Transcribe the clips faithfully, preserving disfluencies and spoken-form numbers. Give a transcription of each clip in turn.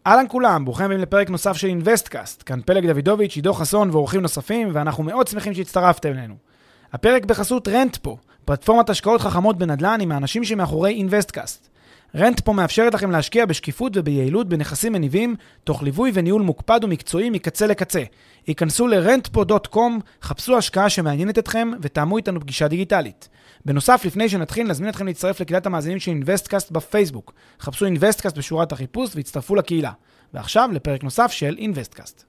אהלן כולם, ברוכים הבאים לפרק נוסף של אינבסטקאסט. כאן פלג דוידוביץ', עידו חסון ואורחים נוספים, ואנחנו מאוד שמחים שהצטרפתם אלינו. הפרק בחסות רנטפו, פלטפורמת השקעות חכמות בנדל"ן עם האנשים שמאחורי אינבסטקאסט. רנטפו מאפשרת לכם להשקיע בשקיפות וביעילות בנכסים מניבים, תוך ליווי וניהול מוקפד ומקצועי מקצה לקצה. היכנסו ל-רנטפו דוט קום, חפשו השקעה שמעניינת אתכם ותאמו איתנו פגישה דיגיטלית. בנוסף, לפני שנתחיל, נזמין אתכם להצטרף לקהילת המאזינים של אינבסטקאסט בפייסבוק. חפשו אינבסטקאסט בשורת החיפוש והצטרפו לקהילה. ועכשיו לפרק נוסף של אינבסטקאסט.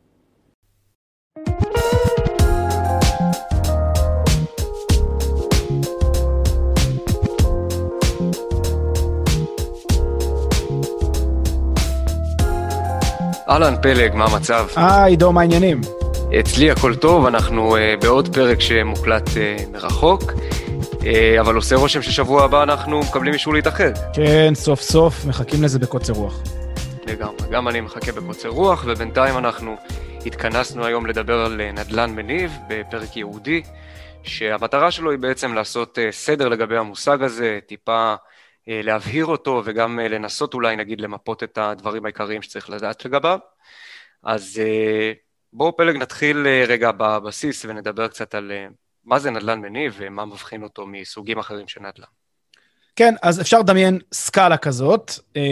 אהלן פלג, מה המצב? אה, עידו, מה העניינים? אצלי הכל טוב, אנחנו uh, בעוד פרק שמוקלט uh, מרחוק, uh, אבל עושה רושם ששבוע הבא אנחנו מקבלים אישור להתאחד. כן, סוף סוף, מחכים לזה בקוצר רוח. לגמרי, גם אני מחכה בקוצר רוח, ובינתיים אנחנו התכנסנו היום לדבר על נדל"ן מניב בפרק יהודי, שהמטרה שלו היא בעצם לעשות uh, סדר לגבי המושג הזה, טיפה uh, להבהיר אותו, וגם uh, לנסות אולי נגיד למפות את הדברים העיקריים שצריך לדעת לגביו. אז uh, בואו פלג נתחיל רגע בבסיס ונדבר קצת על מה זה נדל"ן מניב ומה מבחין אותו מסוגים אחרים של נדל"ן. כן, אז אפשר לדמיין סקאלה כזאת,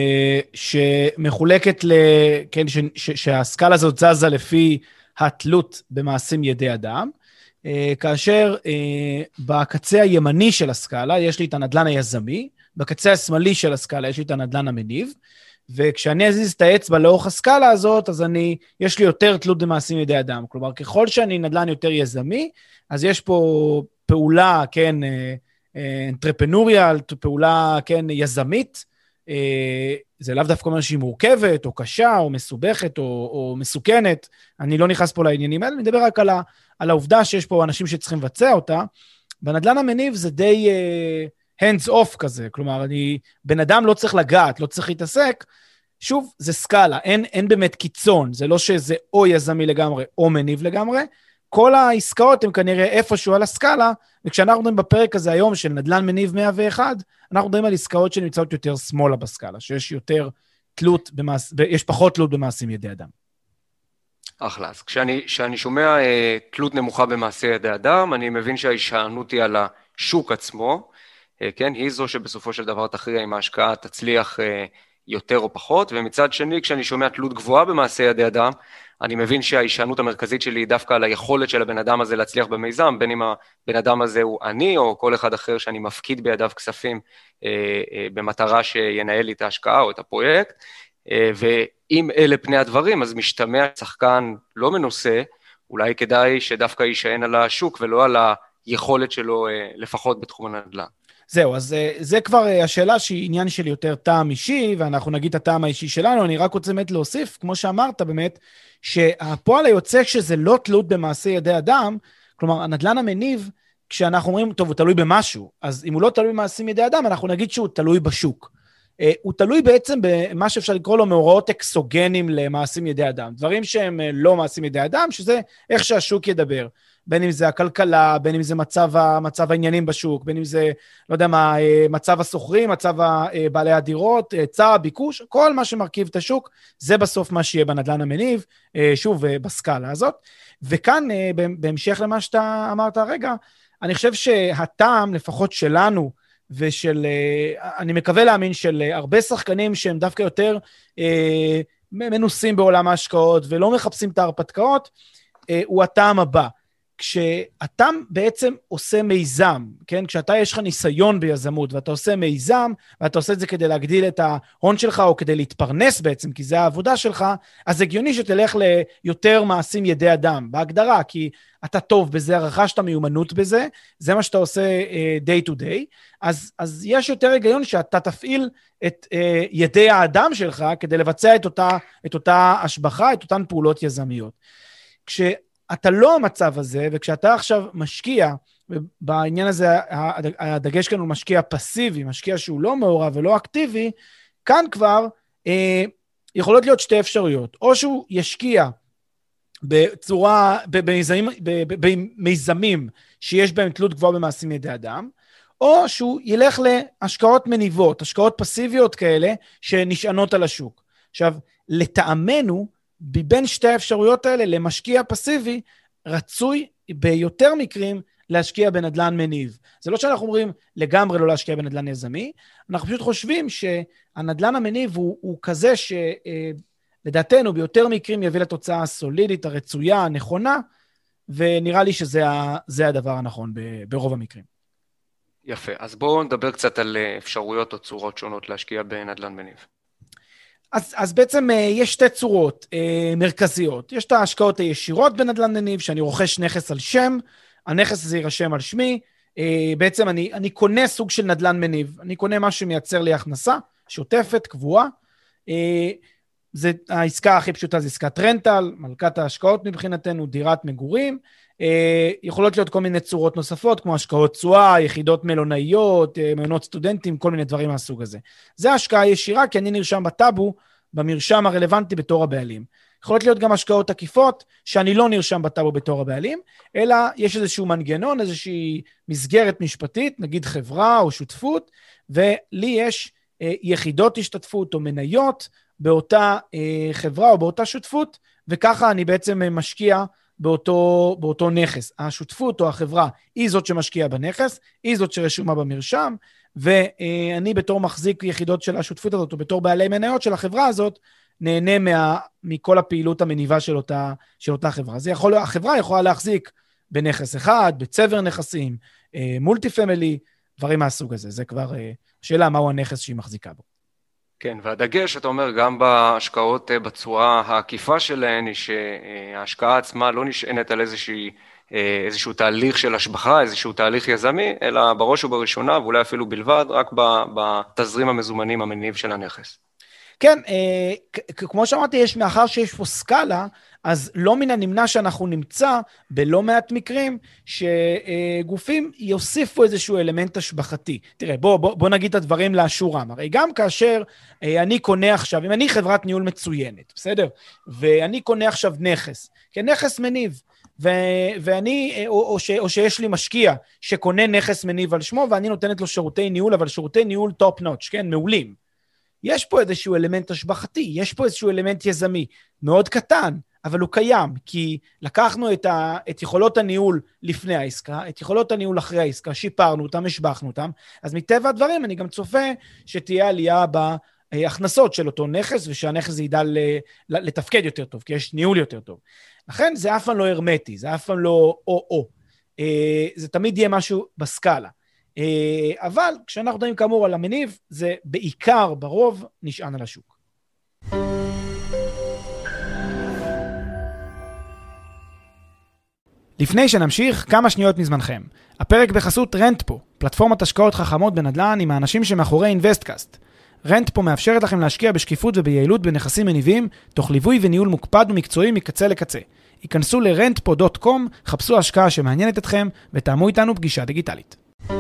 שמחולקת ל... כן, ש... ש... שהסקאלה הזאת זזה לפי התלות במעשים ידי אדם, כאשר בקצה הימני של הסקאלה יש לי את הנדל"ן היזמי, בקצה השמאלי של הסקאלה יש לי את הנדל"ן המניב, וכשאני אזיז את האצבע לאורך הסקאלה הזאת, אז אני, יש לי יותר תלות במעשים ידי אדם. כלומר, ככל שאני נדל"ן יותר יזמי, אז יש פה פעולה, כן, אנטרפנוריאל, פעולה, כן, יזמית. זה לאו דווקא אומר שהיא מורכבת, או קשה, או מסובכת, או, או מסוכנת. אני לא נכנס פה לעניינים האלה, אני מדבר רק על, ה, על העובדה שיש פה אנשים שצריכים לבצע אותה. בנדל"ן המניב זה די... hands off כזה, כלומר, אני, בן אדם לא צריך לגעת, לא צריך להתעסק, שוב, זה סקאלה, אין, אין באמת קיצון, זה לא שזה או יזמי לגמרי, או מניב לגמרי, כל העסקאות הן כנראה איפשהו על הסקאלה, וכשאנחנו מדברים בפרק הזה היום של נדל"ן מניב מאה ואחת, אנחנו מדברים על עסקאות שנמצאות יותר שמאלה בסקאלה, שיש יותר תלות, במעש, יש פחות תלות במעשים ידי אדם. אחלה, אז כשאני, כשאני שומע אה, תלות נמוכה במעשי ידי אדם, אני מבין שההישענות היא על השוק עצמו, כן, היא זו שבסופו של דבר תכריע אם ההשקעה תצליח יותר או פחות, ומצד שני, כשאני שומע תלות גבוהה במעשי ידי אדם, אני מבין שההישענות המרכזית שלי היא דווקא על היכולת של הבן אדם הזה להצליח במיזם, בין אם הבן אדם הזה הוא אני או כל אחד אחר שאני מפקיד בידיו כספים במטרה שינהל לי את ההשקעה או את הפרויקט, ואם אלה פני הדברים, אז משתמע שחקן לא מנוסה, אולי כדאי שדווקא יישען על השוק ולא על היכולת שלו לפחות בתחום הנדל"ן. זהו, אז זה כבר השאלה שהיא עניין של יותר טעם אישי, ואנחנו נגיד את הטעם האישי שלנו, אני רק רוצה באמת להוסיף, כמו שאמרת באמת, שהפועל היוצא שזה לא תלות במעשי ידי אדם, כלומר, הנדל"ן המניב, כשאנחנו אומרים, טוב, הוא תלוי במשהו, אז אם הוא לא תלוי במעשים ידי אדם, אנחנו נגיד שהוא תלוי בשוק. הוא תלוי בעצם במה שאפשר לקרוא לו מאורעות אקסוגנים למעשים ידי אדם, דברים שהם לא מעשים ידי אדם, שזה איך שהשוק ידבר. בין אם זה הכלכלה, בין אם זה מצב, מצב העניינים בשוק, בין אם זה, לא יודע מה, מצב הסוחרים, מצב בעלי הדירות, צער הביקוש, כל מה שמרכיב את השוק, זה בסוף מה שיהיה בנדל"ן המניב, שוב, בסקאלה הזאת. וכאן, בהמשך למה שאתה אמרת הרגע, אני חושב שהטעם, לפחות שלנו, ושל, אני מקווה להאמין, של הרבה שחקנים שהם דווקא יותר מנוסים בעולם ההשקעות, ולא מחפשים את ההרפתקאות, הוא הטעם הבא. כשאתה בעצם עושה מיזם, כן? כשאתה יש לך ניסיון ביזמות, ואתה עושה מיזם, ואתה עושה את זה כדי להגדיל את ההון שלך, או כדי להתפרנס בעצם, כי זה העבודה שלך, אז הגיוני שתלך ליותר מעשים ידי אדם, בהגדרה, כי אתה טוב בזה, רכשת מיומנות בזה, זה מה שאתה עושה uh, day to day, אז, אז יש יותר היגיון שאתה תפעיל את uh, ידי האדם שלך, כדי לבצע את אותה, את אותה השבחה, את אותן פעולות יזמיות. כש... אתה לא המצב הזה, וכשאתה עכשיו משקיע, בעניין הזה הדגש כאן הוא משקיע פסיבי, משקיע שהוא לא מעורב ולא אקטיבי, כאן כבר אה, יכולות להיות שתי אפשרויות, או שהוא ישקיע בצורה, במיזמים, במיזמים שיש בהם תלות גבוהה במעשים ידי אדם, או שהוא ילך להשקעות מניבות, השקעות פסיביות כאלה שנשענות על השוק. עכשיו, לטעמנו, בין שתי האפשרויות האלה, למשקיע פסיבי, רצוי ביותר מקרים להשקיע בנדלן מניב. זה לא שאנחנו אומרים לגמרי לא להשקיע בנדלן יזמי, אנחנו פשוט חושבים שהנדלן המניב הוא, הוא כזה שלדעתנו ביותר מקרים יביא לתוצאה הסולידית, הרצויה, הנכונה, ונראה לי שזה זה הדבר הנכון ברוב המקרים. יפה, אז בואו נדבר קצת על אפשרויות או צורות שונות להשקיע בנדלן מניב. אז, אז בעצם יש שתי צורות אה, מרכזיות. יש את ההשקעות הישירות בנדלן מניב, שאני רוכש נכס על שם, הנכס הזה יירשם על שמי, אה, בעצם אני, אני קונה סוג של נדלן מניב, אני קונה משהו שמייצר לי הכנסה, שוטפת, קבועה, אה, זה, העסקה הכי פשוטה זה עסקת רנטל, מלכת ההשקעות מבחינתנו, דירת מגורים, אה, יכולות להיות כל מיני צורות נוספות, כמו השקעות תשואה, יחידות מלונאיות, אה, מעונות סטודנטים, כל מיני דברים מהסוג הזה. זה השקעה ישירה, כי אני נרשם בטאבו, במרשם הרלוונטי בתור הבעלים. יכולות להיות גם השקעות עקיפות, שאני לא נרשם בטאבו בתור הבעלים, אלא יש איזשהו מנגנון, איזושהי מסגרת משפטית, נגיד חברה או שותפות, ולי יש אה, יחידות השתתפות או מניות, באותה אה, חברה או באותה שותפות, וככה אני בעצם משקיע באותו, באותו נכס. השותפות או החברה היא זאת שמשקיעה בנכס, היא זאת שרשומה במרשם, ואני בתור מחזיק יחידות של השותפות הזאת, או בתור בעלי מניות של החברה הזאת, נהנה מה, מכל הפעילות המניבה של אותה, של אותה חברה. זה יכול, החברה יכולה להחזיק בנכס אחד, בצבר נכסים, מולטי פמילי, דברים מהסוג הזה. זה כבר שאלה מהו הנכס שהיא מחזיקה בו. כן, והדגש, אתה אומר, גם בהשקעות בצורה העקיפה שלהן, היא שההשקעה עצמה לא נשענת על איזושהי, איזשהו תהליך של השבחה, איזשהו תהליך יזמי, אלא בראש ובראשונה, ואולי אפילו בלבד, רק בתזרים המזומנים המניב של הנכס. כן, כמו שאמרתי, יש מאחר שיש פה סקאלה, אז לא מן הנמנע שאנחנו נמצא בלא מעט מקרים שגופים יוסיפו איזשהו אלמנט השבחתי. תראה, בוא, בוא, בוא נגיד את הדברים לאשורם. הרי גם כאשר אני קונה עכשיו, אם אני חברת ניהול מצוינת, בסדר? ואני קונה עכשיו נכס, כנכס מניב, ו- ואני, או, או, ש- או שיש לי משקיע שקונה נכס מניב על שמו, ואני נותנת לו שירותי ניהול, אבל שירותי ניהול טופ נוטש, כן? מעולים. יש פה איזשהו אלמנט השבחתי, יש פה איזשהו אלמנט יזמי, מאוד קטן, אבל הוא קיים, כי לקחנו את, ה, את יכולות הניהול לפני העסקה, את יכולות הניהול אחרי העסקה, שיפרנו אותם, השבחנו אותם, אז מטבע הדברים אני גם צופה שתהיה עלייה בהכנסות של אותו נכס, ושהנכס ידע לתפקד יותר טוב, כי יש ניהול יותר טוב. לכן זה אף פעם לא הרמטי, זה אף פעם לא או-או, זה תמיד יהיה משהו בסקאלה. אבל כשאנחנו מדברים כאמור על המניב, זה בעיקר ברוב נשען על השוק. לפני שנמשיך, כמה שניות מזמנכם. הפרק בחסות רנטפו, פלטפורמת השקעות חכמות בנדל"ן עם האנשים שמאחורי אינבסטקאסט. רנטפו מאפשרת לכם להשקיע בשקיפות וביעילות בנכסים מניבים, תוך ליווי וניהול מוקפד ומקצועי מקצה לקצה. היכנסו ל-רנטפו דוט קום, חפשו השקעה שמעניינת אתכם ותאמו איתנו פגישה דיגיטלית.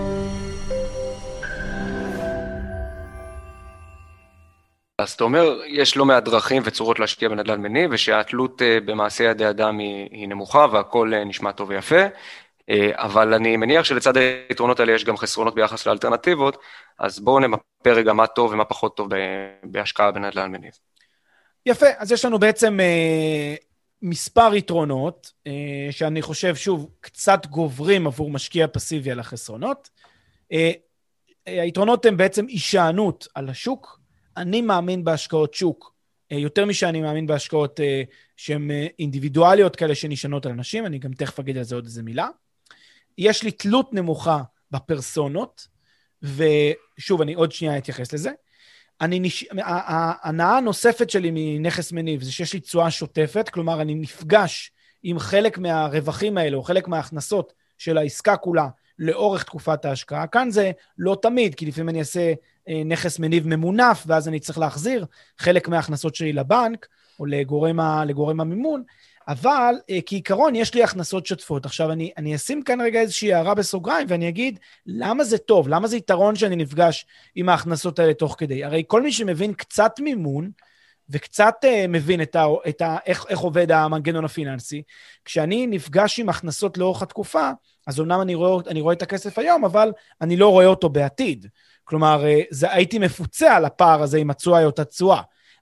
אז אתה אומר, יש לא מעט דרכים וצורות להשקיע בנדל"ן מניב, ושהתלות במעשה ידי אדם היא, היא נמוכה, והכל נשמע טוב ויפה, אבל אני מניח שלצד היתרונות האלה יש גם חסרונות ביחס לאלטרנטיבות, אז בואו נמפה רגע מה טוב ומה פחות טוב בהשקעה בנדל"ן מניב. יפה, אז יש לנו בעצם אה, מספר יתרונות, אה, שאני חושב, שוב, קצת גוברים עבור משקיע פסיבי על החסרונות. אה, היתרונות הם בעצם הישענות על השוק, אני מאמין בהשקעות שוק, יותר משאני מאמין בהשקעות שהן אינדיבידואליות כאלה שנשענות על אנשים, אני גם תכף אגיד על זה עוד איזה מילה. יש לי תלות נמוכה בפרסונות, ושוב, אני עוד שנייה אתייחס לזה. אני נש... ההנאה הנוספת שלי מנכס מניב זה שיש לי תשואה שוטפת, כלומר אני נפגש עם חלק מהרווחים האלה, או חלק מההכנסות של העסקה כולה, לאורך תקופת ההשקעה. כאן זה לא תמיד, כי לפעמים אני אעשה נכס מניב ממונף, ואז אני צריך להחזיר חלק מההכנסות שלי לבנק, או לגורם, ה, לגורם המימון, אבל כעיקרון יש לי הכנסות שוטפות. עכשיו אני, אני אשים כאן רגע איזושהי הערה בסוגריים, ואני אגיד, למה זה טוב? למה זה יתרון שאני נפגש עם ההכנסות האלה תוך כדי? הרי כל מי שמבין קצת מימון, וקצת uh, מבין את ה, את ה, איך, איך עובד המנגנון הפיננסי, כשאני נפגש עם הכנסות לאורך התקופה, אז אומנם אני רואה, אני רואה את הכסף היום, אבל אני לא רואה אותו בעתיד. כלומר, זה, הייתי מפוצה על הפער הזה עם התשואה או התשואה.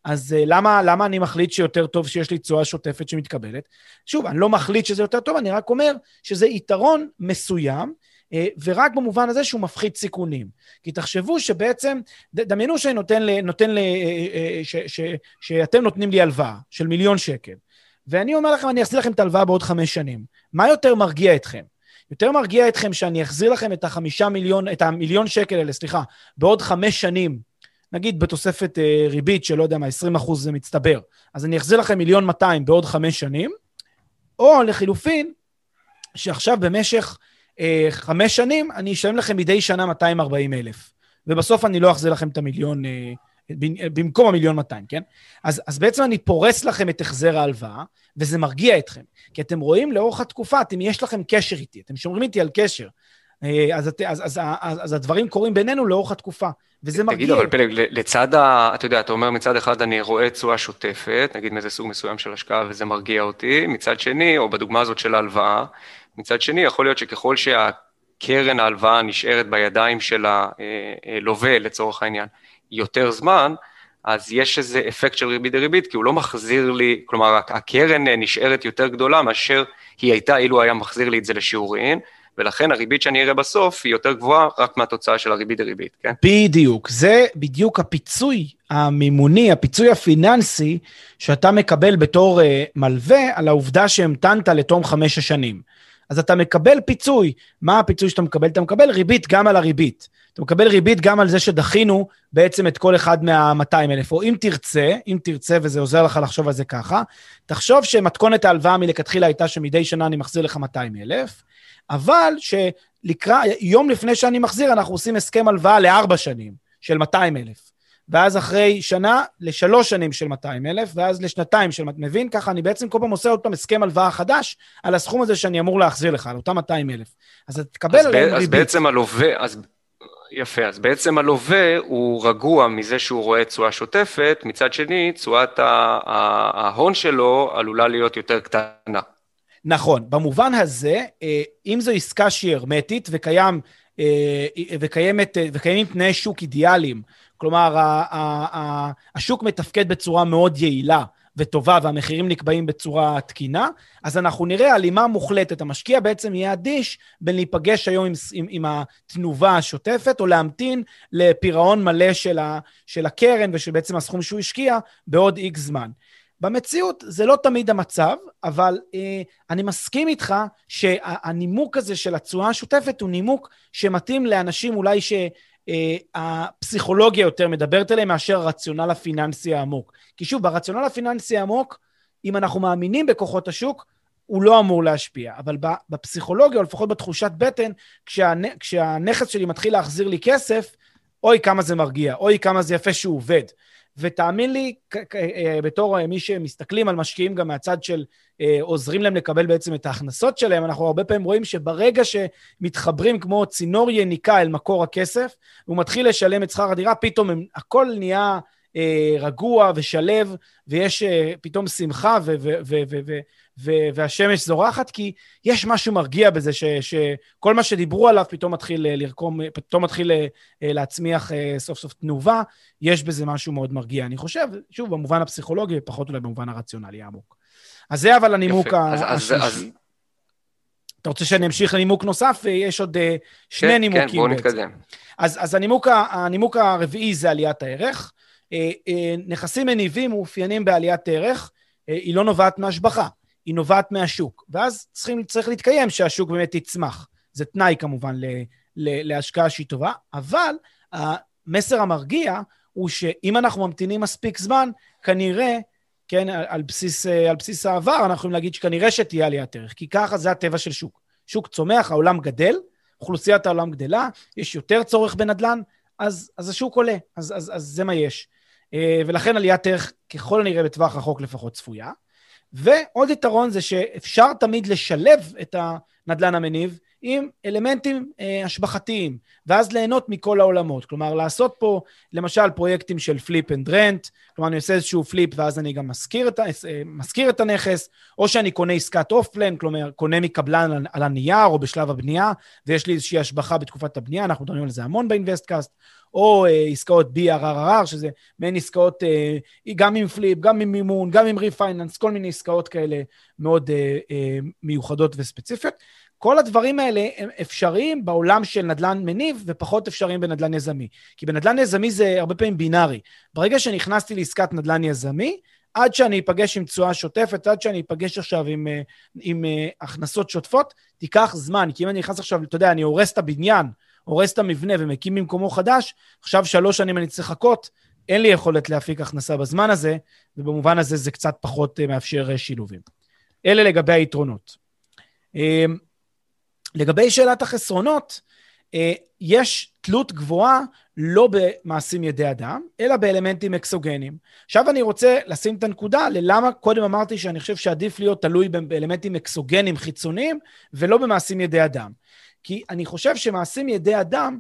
אז למה, למה אני מחליט שיותר טוב שיש לי תשואה שוטפת שמתקבלת? שוב, אני לא מחליט שזה יותר טוב, אני רק אומר שזה יתרון מסוים, ורק במובן הזה שהוא מפחית סיכונים. כי תחשבו שבעצם, דמיינו שאני נותן ל, נותן ל, ש, ש, שאתם נותנים לי הלוואה של מיליון שקל, ואני אומר לכם, אני אחזיר לכם את ההלוואה בעוד חמש שנים. מה יותר מרגיע אתכם? יותר מרגיע אתכם שאני אחזיר לכם את החמישה מיליון, את המיליון שקל האלה, סליחה, בעוד חמש שנים, נגיד בתוספת אה, ריבית שלא יודע מה, עשרים אחוז זה מצטבר, אז אני אחזיר לכם מיליון מאתיים בעוד חמש שנים, או לחילופין, שעכשיו במשך אה, חמש שנים, אני אשלם לכם מדי שנה מאתיים וארבעים אלף, ובסוף אני לא אחזיר לכם את המיליון, אה, במקום המיליון מאתיים, כן? אז, אז בעצם אני פורס לכם את החזר ההלוואה, וזה מרגיע אתכם, כי אתם רואים לאורך התקופה, אתם יש לכם קשר איתי, אתם שומרים איתי על קשר, אז, אז, אז, אז, אז הדברים קורים בינינו לאורך התקופה, וזה מרגיע. תגיד, אבל פלג, לצד, ה, אתה יודע, אתה אומר מצד אחד אני רואה תשואה שוטפת, נגיד מאיזה סוג מסוים של השקעה, וזה מרגיע אותי, מצד שני, או בדוגמה הזאת של ההלוואה, מצד שני, יכול להיות שככל שהקרן ההלוואה נשארת בידיים של הלווה, לצורך העניין, יותר זמן, אז יש איזה אפקט של ריבית דריבית, כי הוא לא מחזיר לי, כלומר, הקרן נשארת יותר גדולה, מאשר היא הייתה, אילו היה מחזיר לי את זה לשיעורין, ולכן הריבית שאני אראה בסוף היא יותר גבוהה רק מהתוצאה של הריבית דריבית, כן? בדיוק, זה בדיוק הפיצוי המימוני, הפיצוי הפיננסי, שאתה מקבל בתור uh, מלווה, על העובדה שהמתנת לתום חמש השנים. אז אתה מקבל פיצוי. מה הפיצוי שאתה מקבל? אתה מקבל ריבית גם על הריבית. אתה מקבל ריבית גם על זה שדחינו בעצם את כל אחד מה-מאתיים אלף, או אם תרצה, אם תרצה וזה עוזר לך לחשוב על זה ככה, תחשוב שמתכונת ההלוואה מלכתחילה הייתה שמדי שנה אני מחזיר לך מאתיים אלף, אבל שלקרא, יום לפני שאני מחזיר, אנחנו עושים הסכם הלוואה לארבע שנים של מאתיים אלף, ואז אחרי שנה לשלוש שנים של מאתיים אלף, ואז לשנתיים של, מבין? ככה אני בעצם כל פעם עושה עוד פעם הסכם הלוואה חדש, על הסכום הזה שאני אמור להחזיר לך, על אותם מאתיים אלף. אז תקבל עליהם ריבית. אז בעצם הלווה, אז יפה, אז בעצם הלווה הוא רגוע מזה שהוא רואה תשואה שוטפת, מצד שני, תשואת ההון שלו עלולה להיות יותר קטנה. נכון, במובן הזה, אם זו עסקה שהיא הרמטית וקיים, וקיימת, וקיימים תנאי שוק אידיאליים, כלומר, השוק מתפקד בצורה מאוד יעילה וטובה, והמחירים נקבעים בצורה תקינה, אז אנחנו נראה הלימה מוחלטת. המשקיע בעצם יהיה אדיש בין להיפגש היום עם, עם, עם התנובה השוטפת, או להמתין לפירעון מלא של, ה, של הקרן, ושבעצם הסכום שהוא השקיע בעוד איקס זמן. במציאות זה לא תמיד המצב, אבל אה, אני מסכים איתך שהנימוק הזה של התשואה השוטפת הוא נימוק שמתאים לאנשים אולי שהפסיכולוגיה uh, יותר מדברת עליהם מאשר הרציונל הפיננסי העמוק. כי שוב, ברציונל הפיננסי העמוק, אם אנחנו מאמינים בכוחות השוק, הוא לא אמור להשפיע. אבל בפסיכולוגיה, או לפחות בתחושת בטן, כשהנ... כשהנכס שלי מתחיל להחזיר לי כסף, אוי כמה זה מרגיע, אוי כמה זה יפה שהוא עובד. ותאמין לי, בתור מי שמסתכלים על משקיעים גם מהצד של עוזרים להם לקבל בעצם את ההכנסות שלהם, אנחנו הרבה פעמים רואים שברגע שמתחברים כמו צינור יניקה אל מקור הכסף, הוא מתחיל לשלם את שכר הדירה, פתאום הכל נהיה רגוע ושלב, ויש פתאום שמחה ו- ו- ו- ו- ו- ו- והשמש זורחת, כי יש משהו מרגיע בזה, ש- שכל מה שדיברו עליו פתאום מתחיל לרקום, פתאום מתחיל להצמיח סוף סוף תנובה, יש בזה משהו מאוד מרגיע. אני חושב, שוב, במובן הפסיכולוגי, פחות אולי במובן הרציונלי העמוק. אז זה אבל הנימוק השלישי. אתה רוצה שאני אמשיך לנימוק נוסף, ויש עוד שני כן, נימוקים. כן, בואו נתקדם. אז, אז הנימוק, הנימוק הרביעי זה עליית הערך. נכסים מניבים מאופיינים בעליית ערך, היא לא נובעת מהשבחה, היא נובעת מהשוק, ואז צריכים, צריך להתקיים שהשוק באמת יצמח. זה תנאי כמובן ל, ל, להשקעה שהיא טובה, אבל המסר המרגיע הוא שאם אנחנו ממתינים מספיק זמן, כנראה, כן, על בסיס, על בסיס העבר, אנחנו יכולים להגיד שכנראה שתהיה עליית ערך, כי ככה זה הטבע של שוק. שוק צומח, העולם גדל, אוכלוסיית העולם גדלה, יש יותר צורך בנדלן, אז, אז השוק עולה, אז, אז, אז זה מה יש. ולכן עליית ערך ככל הנראה בטווח רחוק לפחות צפויה. ועוד יתרון זה שאפשר תמיד לשלב את הנדלן המניב עם אלמנטים אה, השבחתיים, ואז ליהנות מכל העולמות. כלומר, לעשות פה, למשל, פרויקטים של פליפ אנד רנט, כלומר, אני עושה איזשהו פליפ, ואז אני גם מזכיר את, מזכיר את הנכס, או שאני קונה עסקת אוף-פלן, כלומר, קונה מקבלן על, על הנייר, או בשלב הבנייה, ויש לי איזושהי השבחה בתקופת הבנייה, אנחנו מדברים על זה המון באינבסטקאסט, או אה, עסקאות בי אר אר אר, שזה מעין עסקאות, אה, גם עם פליפ, גם עם מימון, גם עם ריפייננס, כל מיני עסקאות כאלה מאוד אה, אה, מיוחדות וספציפיות. כל הדברים האלה הם אפשריים בעולם של נדל"ן מניב, ופחות אפשריים בנדל"ן יזמי. כי בנדל"ן יזמי זה הרבה פעמים בינארי. ברגע שנכנסתי לעסקת נדל"ן יזמי, עד שאני אפגש עם תשואה שוטפת, עד שאני אפגש עכשיו עם, עם, עם הכנסות שוטפות, תיקח זמן. כי אם אני נכנס עכשיו, אתה יודע, אני הורס את הבניין, הורס את המבנה ומקים במקומו חדש, עכשיו שלוש שנים אני צריך לחכות, אין לי יכולת להפיק הכנסה בזמן הזה, ובמובן הזה זה קצת פחות מאפשר שילובים. אלה לגבי היתרונות. לגבי שאלת החסרונות, יש תלות גבוהה לא במעשים ידי אדם, אלא באלמנטים אקסוגנים. עכשיו אני רוצה לשים את הנקודה ללמה קודם אמרתי שאני חושב שעדיף להיות תלוי באלמנטים אקסוגנים חיצוניים, ולא במעשים ידי אדם. כי אני חושב שמעשים ידי אדם,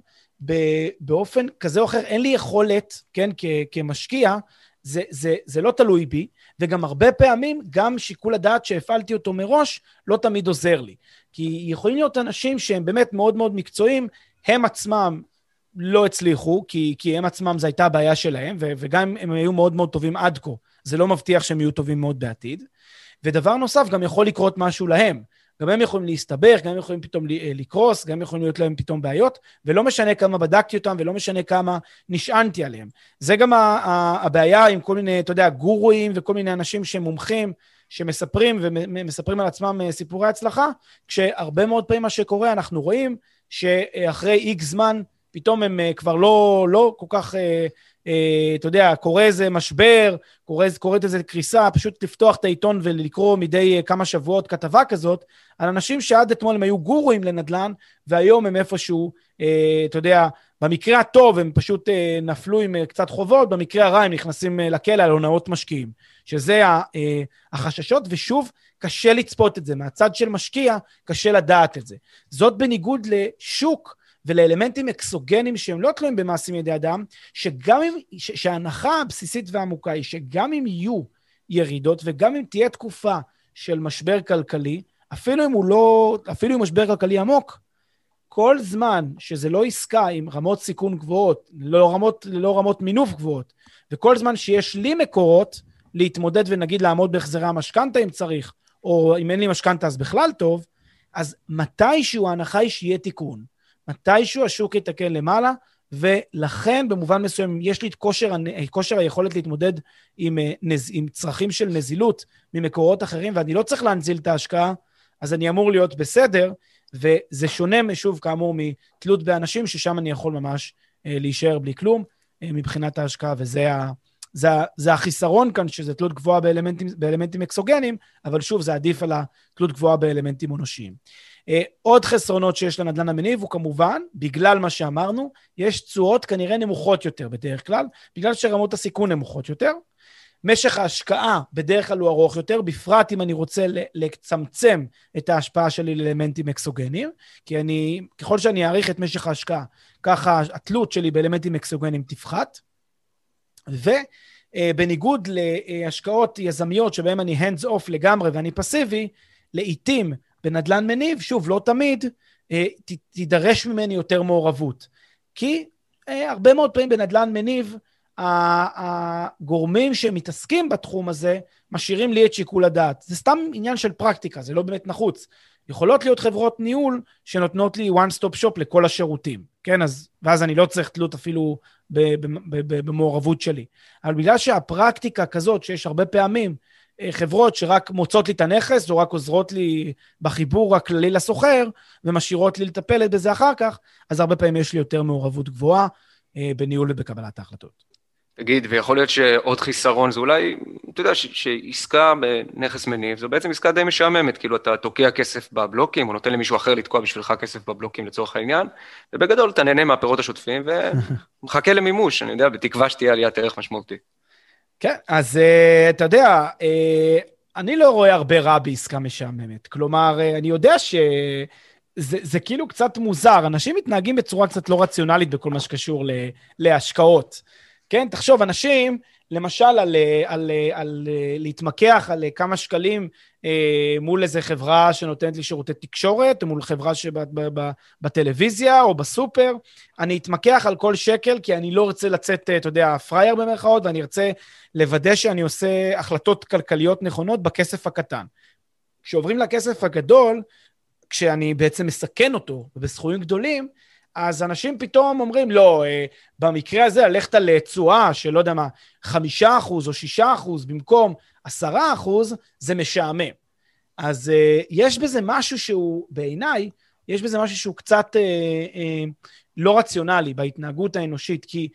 באופן כזה או אחר, אין לי יכולת, כן, כ- כמשקיע, זה, זה, זה לא תלוי בי, וגם הרבה פעמים, גם שיקול הדעת שהפעלתי אותו מראש, לא תמיד עוזר לי. כי יכולים להיות אנשים שהם באמת מאוד מאוד מקצועיים, הם עצמם לא הצליחו, כי, כי הם עצמם זו הייתה הבעיה שלהם, ו, וגם הם היו מאוד מאוד טובים עד כה, זה לא מבטיח שהם יהיו טובים מאוד בעתיד. ודבר נוסף, גם יכול לקרות משהו להם. גם הם יכולים להסתבך, גם הם יכולים פתאום לקרוס, גם הם יכולים להיות להם פתאום בעיות, ולא משנה כמה בדקתי אותם, ולא משנה כמה נשענתי עליהם. זה גם הבעיה עם כל מיני, אתה יודע, גורואים, וכל מיני אנשים שהם מומחים, שמספרים ומספרים על עצמם סיפורי הצלחה, כשהרבה מאוד פעמים מה שקורה, אנחנו רואים שאחרי איקס זמן, פתאום הם כבר לא, לא כל כך, אתה יודע, קורה איזה משבר, קוראת איזה קריסה, פשוט לפתוח את העיתון ולקרוא מדי כמה שבועות כתבה כזאת, על אנשים שעד אתמול הם היו גורואים לנדל"ן, והיום הם איפשהו, אתה יודע, במקרה הטוב הם פשוט נפלו עם קצת חובות, במקרה הרע הם נכנסים לכלא על הונאות משקיעים, שזה החששות, ושוב, קשה לצפות את זה, מהצד של משקיע, קשה לדעת את זה. זאת בניגוד לשוק, ולאלמנטים אקסוגנים שהם לא תלויים במעשים ידי אדם, שגם אם, ש, שההנחה הבסיסית והעמוקה היא שגם אם יהיו ירידות, וגם אם תהיה תקופה של משבר כלכלי, אפילו אם הוא לא, אפילו אם משבר כלכלי עמוק, כל זמן שזה לא עסקה עם רמות סיכון גבוהות, לא רמות, לא רמות מינוף גבוהות, וכל זמן שיש לי מקורות להתמודד ונגיד לעמוד בהחזרי המשכנתא אם צריך, או אם אין לי משכנתא אז בכלל טוב, אז מתישהו ההנחה היא שיהיה תיקון. מתישהו השוק יתקן למעלה, ולכן במובן מסוים יש לי את כושר, כושר היכולת להתמודד עם, עם צרכים של נזילות ממקורות אחרים, ואני לא צריך להנזיל את ההשקעה, אז אני אמור להיות בסדר, וזה שונה משוב כאמור מתלות באנשים, ששם אני יכול ממש להישאר בלי כלום מבחינת ההשקעה, וזה ה, זה, זה החיסרון כאן, שזה תלות גבוהה באלמנטים, באלמנטים אקסוגנים, אבל שוב זה עדיף על התלות גבוהה באלמנטים אנושיים. עוד חסרונות שיש לנדל"ן המניב, הוא כמובן, בגלל מה שאמרנו, יש תשואות כנראה נמוכות יותר בדרך כלל, בגלל שרמות הסיכון נמוכות יותר. משך ההשקעה בדרך כלל הוא ארוך יותר, בפרט אם אני רוצה לצמצם את ההשפעה שלי לאלמנטים אקסוגנים, כי אני, ככל שאני אעריך את משך ההשקעה, ככה התלות שלי באלמנטים אקסוגנים תפחת, ובניגוד להשקעות יזמיות שבהן אני hands off לגמרי ואני פסיבי, לעתים בנדל"ן מניב, שוב, לא תמיד, ת, תידרש ממני יותר מעורבות. כי הרבה מאוד פעמים בנדל"ן מניב, הגורמים שמתעסקים בתחום הזה, משאירים לי את שיקול הדעת. זה סתם עניין של פרקטיקה, זה לא באמת נחוץ. יכולות להיות חברות ניהול שנותנות לי one stop shop לכל השירותים. כן, אז, ואז אני לא צריך תלות אפילו במעורבות שלי. אבל בגלל שהפרקטיקה כזאת, שיש הרבה פעמים, חברות שרק מוצאות לי את הנכס, או רק עוזרות לי בחיבור הכללי לסוחר, ומשאירות לי לטפל בזה אחר כך, אז הרבה פעמים יש לי יותר מעורבות גבוהה, בניהול ובקבלת ההחלטות. תגיד, ויכול להיות שעוד חיסרון, זה אולי, אתה יודע, שעסקה בנכס מניב, זו בעצם עסקה די משעממת, כאילו אתה תוקע כסף בבלוקים, או נותן למישהו אחר לתקוע בשבילך כסף בבלוקים לצורך העניין, ובגדול אתה נהנה מהפירות השוטפים, ומחכה למימוש, אני יודע, בתקווה שתהיה עליית ערך משמעותי. כן, אז אתה יודע, אני לא רואה הרבה רע בעסקה משעממת, כלומר, אני יודע ש... זה, זה כאילו קצת מוזר, אנשים מתנהגים בצורה קצת לא רציונלית בכל מה שקשור ל, להשקעות. כן, תחשוב, אנשים, למשל, על, על, על, על להתמקח על כמה שקלים אה, מול איזה חברה שנותנת לי שירותי תקשורת, או מול חברה שבטלוויזיה או בסופר, אני אתמקח על כל שקל, כי אני לא רוצה לצאת, אתה יודע, פרייר במרכאות, ואני ארצה לוודא שאני עושה החלטות כלכליות נכונות בכסף הקטן. כשעוברים לכסף הגדול, כשאני בעצם מסכן אותו בסכומים גדולים, אז אנשים פתאום אומרים, לא, במקרה הזה ללכת לתשואה של לא יודע מה, חמישה אחוז או שישה אחוז במקום עשרה אחוז, זה משעמם. אז יש בזה משהו שהוא, בעיניי, יש בזה משהו שהוא קצת אה, אה, לא רציונלי בהתנהגות האנושית, כי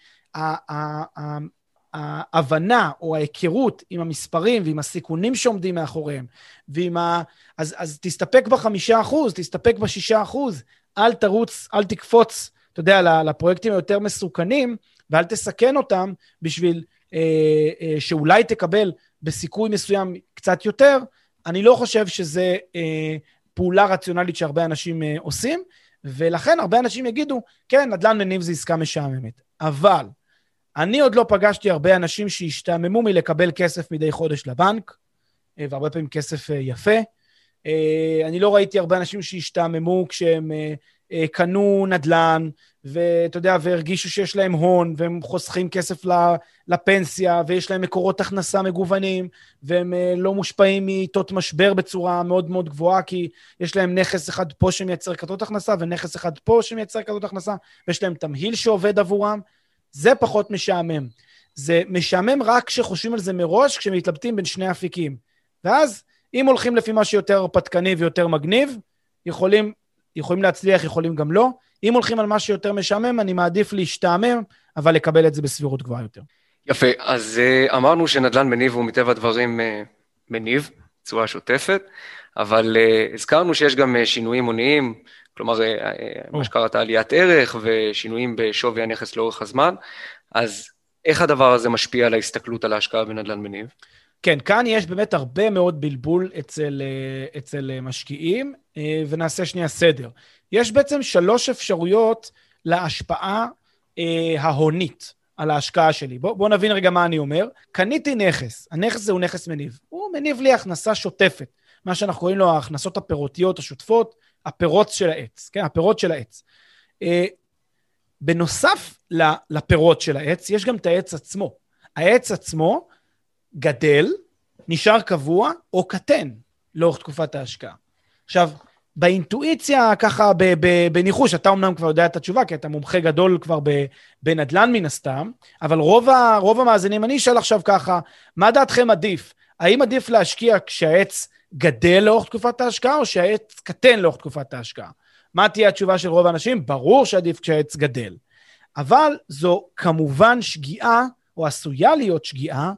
ההבנה או ההיכרות עם המספרים ועם הסיכונים שעומדים מאחוריהם, ועם ה... אז, אז תסתפק בחמישה אחוז, תסתפק בשישה אחוז, אל תרוץ, אל תקפוץ, אתה יודע, לפרויקטים היותר מסוכנים, ואל תסכן אותם בשביל אה, אה, שאולי תקבל בסיכוי מסוים קצת יותר. אני לא חושב שזה אה, פעולה רציונלית שהרבה אנשים אה, עושים, ולכן הרבה אנשים יגידו, כן, נדל"ן מניב זה עסקה משעממת. אבל אני עוד לא פגשתי הרבה אנשים שהשתעממו מלקבל כסף מדי חודש לבנק, אה, והרבה פעמים כסף אה, יפה. אני לא ראיתי הרבה אנשים שהשתעממו כשהם קנו נדל"ן, ואתה יודע, והרגישו שיש להם הון, והם חוסכים כסף לפנסיה, ויש להם מקורות הכנסה מגוונים, והם לא מושפעים מעיתות משבר בצורה מאוד מאוד גבוהה, כי יש להם נכס אחד פה שמייצר כזאת הכנסה, ונכס אחד פה שמייצר כזאת הכנסה, ויש להם תמהיל שעובד עבורם. זה פחות משעמם. זה משעמם רק כשחושבים על זה מראש, כשמתלבטים בין שני אפיקים. ואז אם הולכים לפי מה שיותר הרפתקני ויותר מגניב, יכולים, יכולים להצליח, יכולים גם לא. אם הולכים על מה שיותר משעמם, אני מעדיף להשתעמם, אבל לקבל את זה בסבירות גבוהה יותר. יפה, אז uh, אמרנו שנדל"ן מניב הוא מטבע הדברים uh, מניב, תשואה שוטפת, אבל uh, הזכרנו שיש גם uh, שינויים הוניים, כלומר, uh, uh, מה שקראת עליית ערך ושינויים בשווי הנכס לאורך הזמן, אז איך הדבר הזה משפיע על ההסתכלות על ההשקעה בנדל"ן מניב? כן, כאן יש באמת הרבה מאוד בלבול אצל, אצל משקיעים, ונעשה שנייה סדר. יש בעצם שלוש אפשרויות להשפעה ההונית על ההשקעה שלי. בוא, בוא נבין רגע מה אני אומר. קניתי נכס, הנכס זה הוא נכס מניב. הוא מניב לי הכנסה שוטפת, מה שאנחנו קוראים לו ההכנסות הפירותיות השוטפות, הפירות של העץ, כן? הפירות של העץ. בנוסף לפירות של העץ, יש גם את העץ עצמו. העץ עצמו גדל, נשאר קבוע, או קטן, לאורך תקופת ההשקעה. עכשיו, באינטואיציה, ככה, בניחוש, אתה אומנם כבר יודע את התשובה, כי אתה מומחה גדול כבר בנדל"ן מן הסתם, אבל רוב, ה, רוב המאזינים, אני אשאל עכשיו ככה, מה דעתכם עדיף? האם עדיף להשקיע כשהעץ גדל לאורך תקופת ההשקעה, או שהעץ קטן לאורך תקופת ההשקעה? מה תהיה התשובה של רוב האנשים? ברור שעדיף כשהעץ גדל. אבל זו כמובן שגיאה, או עשויה להיות שגיאה,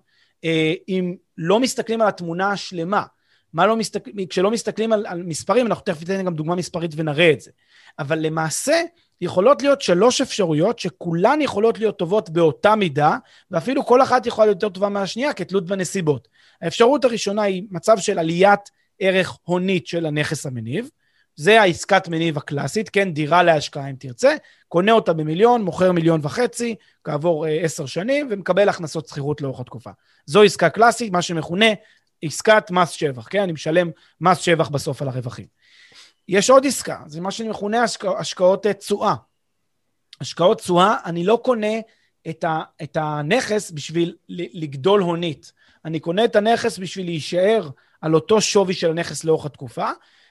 אם לא מסתכלים על התמונה השלמה. מה לא מסתכל... כשלא מסתכלים על, על מספרים, אנחנו תכף ניתן גם דוגמה מספרית ונראה את זה. אבל למעשה, יכולות להיות שלוש אפשרויות, שכולן יכולות להיות טובות באותה מידה, ואפילו כל אחת יכולה להיות יותר טובה מהשנייה, כתלות בנסיבות. האפשרות הראשונה היא מצב של עליית ערך הונית של הנכס המניב, זה העסקת מניב הקלאסית, כן, דירה להשקעה אם תרצה, קונה אותה במיליון, מוכר מיליון וחצי, כעבור אה, עשר שנים, ומקבל הכנסות שכירות לאורך התקופה. זו עסקה קלאסית, מה שמכונה עסקת מס שבח, כן, אני משלם מס שבח בסוף על הרווחים. יש עוד עסקה, זה מה שמכונה השקע, השקעות תשואה. השקעות תשואה, אני לא קונה את, ה, את הנכס בשביל לגדול הונית. אני קונה את הנכס בשביל להישאר על אותו שווי של הנכס לאורך התקופה,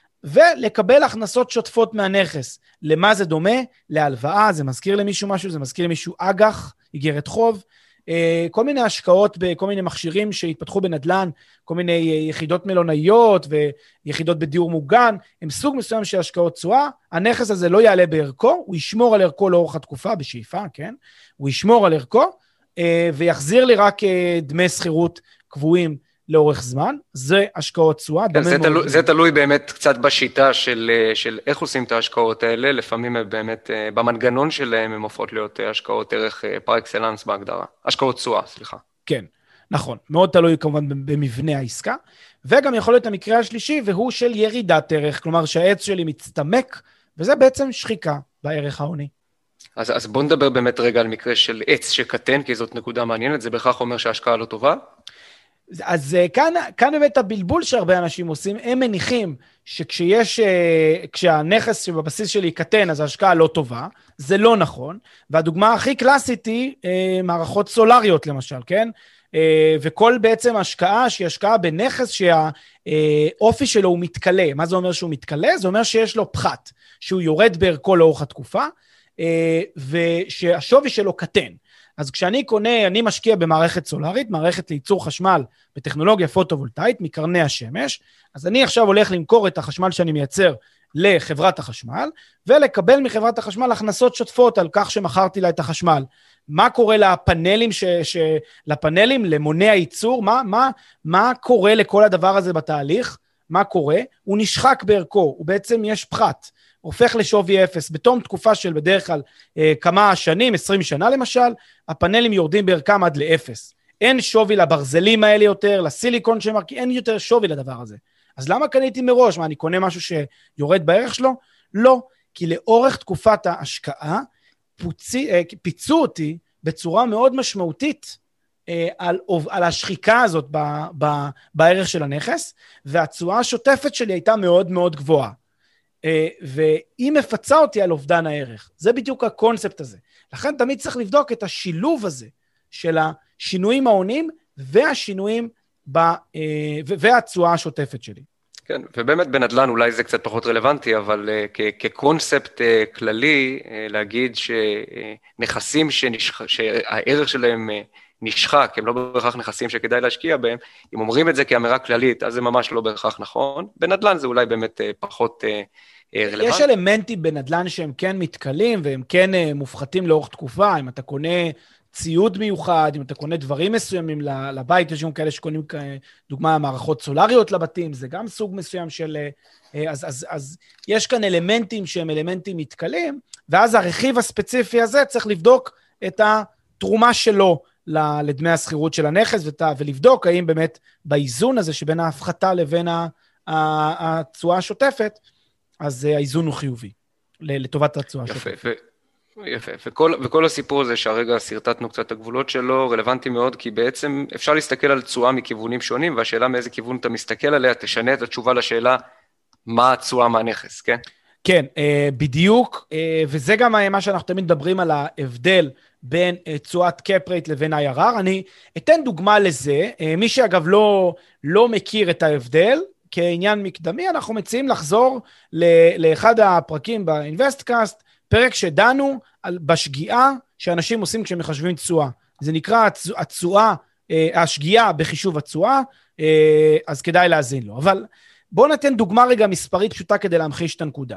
ולקבל הכנסות שוטפות מהנכס. למה זה דומה? להלוואה, זה מזכיר למישהו משהו, זה מזכיר למישהו אג"ח, איגרת חוב, כל מיני השקעות בכל מיני מכשירים שהתפתחו בנדל"ן, כל מיני יחידות מלונאיות ויחידות בדיור מוגן, הם סוג מסוים של השקעות תשואה, הנכס הזה לא יעלה בערכו, הוא ישמור על ערכו לאורך התקופה, בשאיפה, כן? הוא ישמור על ערכו, ויחזיר לי רק דמי שכירות קבועים, לאורך זמן, זה השקעות תשואה. זה, תלו, זה תלוי באמת קצת בשיטה של, של איך עושים את ההשקעות האלה, לפעמים באמת במנגנון שלהם הם הופכות להיות השקעות ערך פר אקסלנס בהגדרה, השקעות תשואה, סליחה. כן, נכון, מאוד תלוי כמובן במבנה העסקה, וגם יכול להיות המקרה השלישי, והוא של ירידת ערך, כלומר שהעץ שלי מצטמק וזה בעצם שחיקה בערך ההוני. אז, אז בוא נדבר באמת רגע על מקרה של עץ שקטן, כי זאת נקודה מעניינת, זה בהכרח אומר שההשקעה לא טובה? אז כאן, כאן באמת הבלבול שהרבה אנשים עושים, הם מניחים שכשיש, כשהנכס שבבסיס שלי קטן, אז ההשקעה לא טובה, זה לא נכון, והדוגמה הכי קלאסית היא מערכות סולריות למשל, כן? וכל בעצם השקעה שהיא השקעה בנכס שהאופי שלו הוא מתקלה. מה זה אומר שהוא מתקלה? זה אומר שיש לו פחת, שהוא יורד בערכו לאורך התקופה, ושהשווי שלו קטן. אז כשאני קונה, אני משקיע במערכת סולרית, מערכת לייצור חשמל בטכנולוגיה פוטו-וולטאית, מקרני השמש, אז אני עכשיו הולך למכור את החשמל שאני מייצר לחברת החשמל, ולקבל מחברת החשמל הכנסות שוטפות על כך שמכרתי לה את החשמל. מה קורה לפאנלים, ש, ש, לפאנלים, למוני הייצור? מה, מה, מה קורה לכל הדבר הזה בתהליך? מה קורה? הוא נשחק בערכו, הוא בעצם יש פחת. הופך לשווי אפס. בתום תקופה של בדרך כלל אה, כמה שנים, עשרים שנה למשל, הפאנלים יורדים בערכם עד לאפס. אין שווי לברזלים האלה יותר, לסיליקון שמרקי, אין יותר שווי לדבר הזה. אז למה קניתי מראש? מה, אני קונה משהו שיורד בערך שלו? לא, כי לאורך תקופת ההשקעה, פוצי, אה, פיצו אותי בצורה מאוד משמעותית אה, על, על השחיקה הזאת ב, ב, בערך של הנכס, והתשואה השוטפת שלי הייתה מאוד מאוד גבוהה. והיא מפצה אותי על אובדן הערך. זה בדיוק הקונספט הזה. לכן תמיד צריך לבדוק את השילוב הזה של השינויים ההוניים והשינויים והתשואה השוטפת שלי. כן, ובאמת בנדל"ן אולי זה קצת פחות רלוונטי, אבל כקונספט כללי להגיד שנכסים שהערך שלהם נשחק, הם לא בהכרח נכסים שכדאי להשקיע בהם, אם אומרים את זה כאמירה כללית, אז זה ממש לא בהכרח נכון. בנדל"ן זה אולי באמת פחות רלוונטי. יש אלמנטים בנדל"ן שהם כן מתקלים, והם כן מופחתים לאורך תקופה, אם אתה קונה ציוד מיוחד, אם אתה קונה דברים מסוימים לבית, יש גם כאלה שקונים, דוגמה, מערכות סולריות לבתים, זה גם סוג מסוים של... אז, אז, אז יש כאן אלמנטים שהם אלמנטים מתקלים, ואז הרכיב הספציפי הזה צריך לבדוק את התרומה שלו, לדמי הסחירות של הנכס, ולבדוק האם באמת באיזון הזה שבין ההפחתה לבין התשואה השוטפת, אז האיזון הוא חיובי, לטובת התשואה השוטפת. יפה, יפה. וכל, וכל הסיפור הזה שהרגע סרטטנו קצת את הגבולות שלו, רלוונטי מאוד, כי בעצם אפשר להסתכל על תשואה מכיוונים שונים, והשאלה מאיזה כיוון אתה מסתכל עליה, תשנה את התשובה לשאלה, מה התשואה מהנכס, כן? כן, בדיוק, וזה גם מה שאנחנו תמיד מדברים על ההבדל בין תשואת קאפ רייט לבין איי אר אר. אני אתן דוגמה לזה, מי שאגב לא, לא מכיר את ההבדל, כעניין מקדמי, אנחנו מציעים לחזור לאחד הפרקים באינבסטקאסט, פרק שדנו על בשגיאה שאנשים עושים כשהם מחשבים תשואה. זה נקרא התשואה, השגיאה בחישוב התשואה, אז כדאי להאזין לו. אבל בואו ניתן דוגמה רגע מספרית פשוטה כדי להמחיש את הנקודה.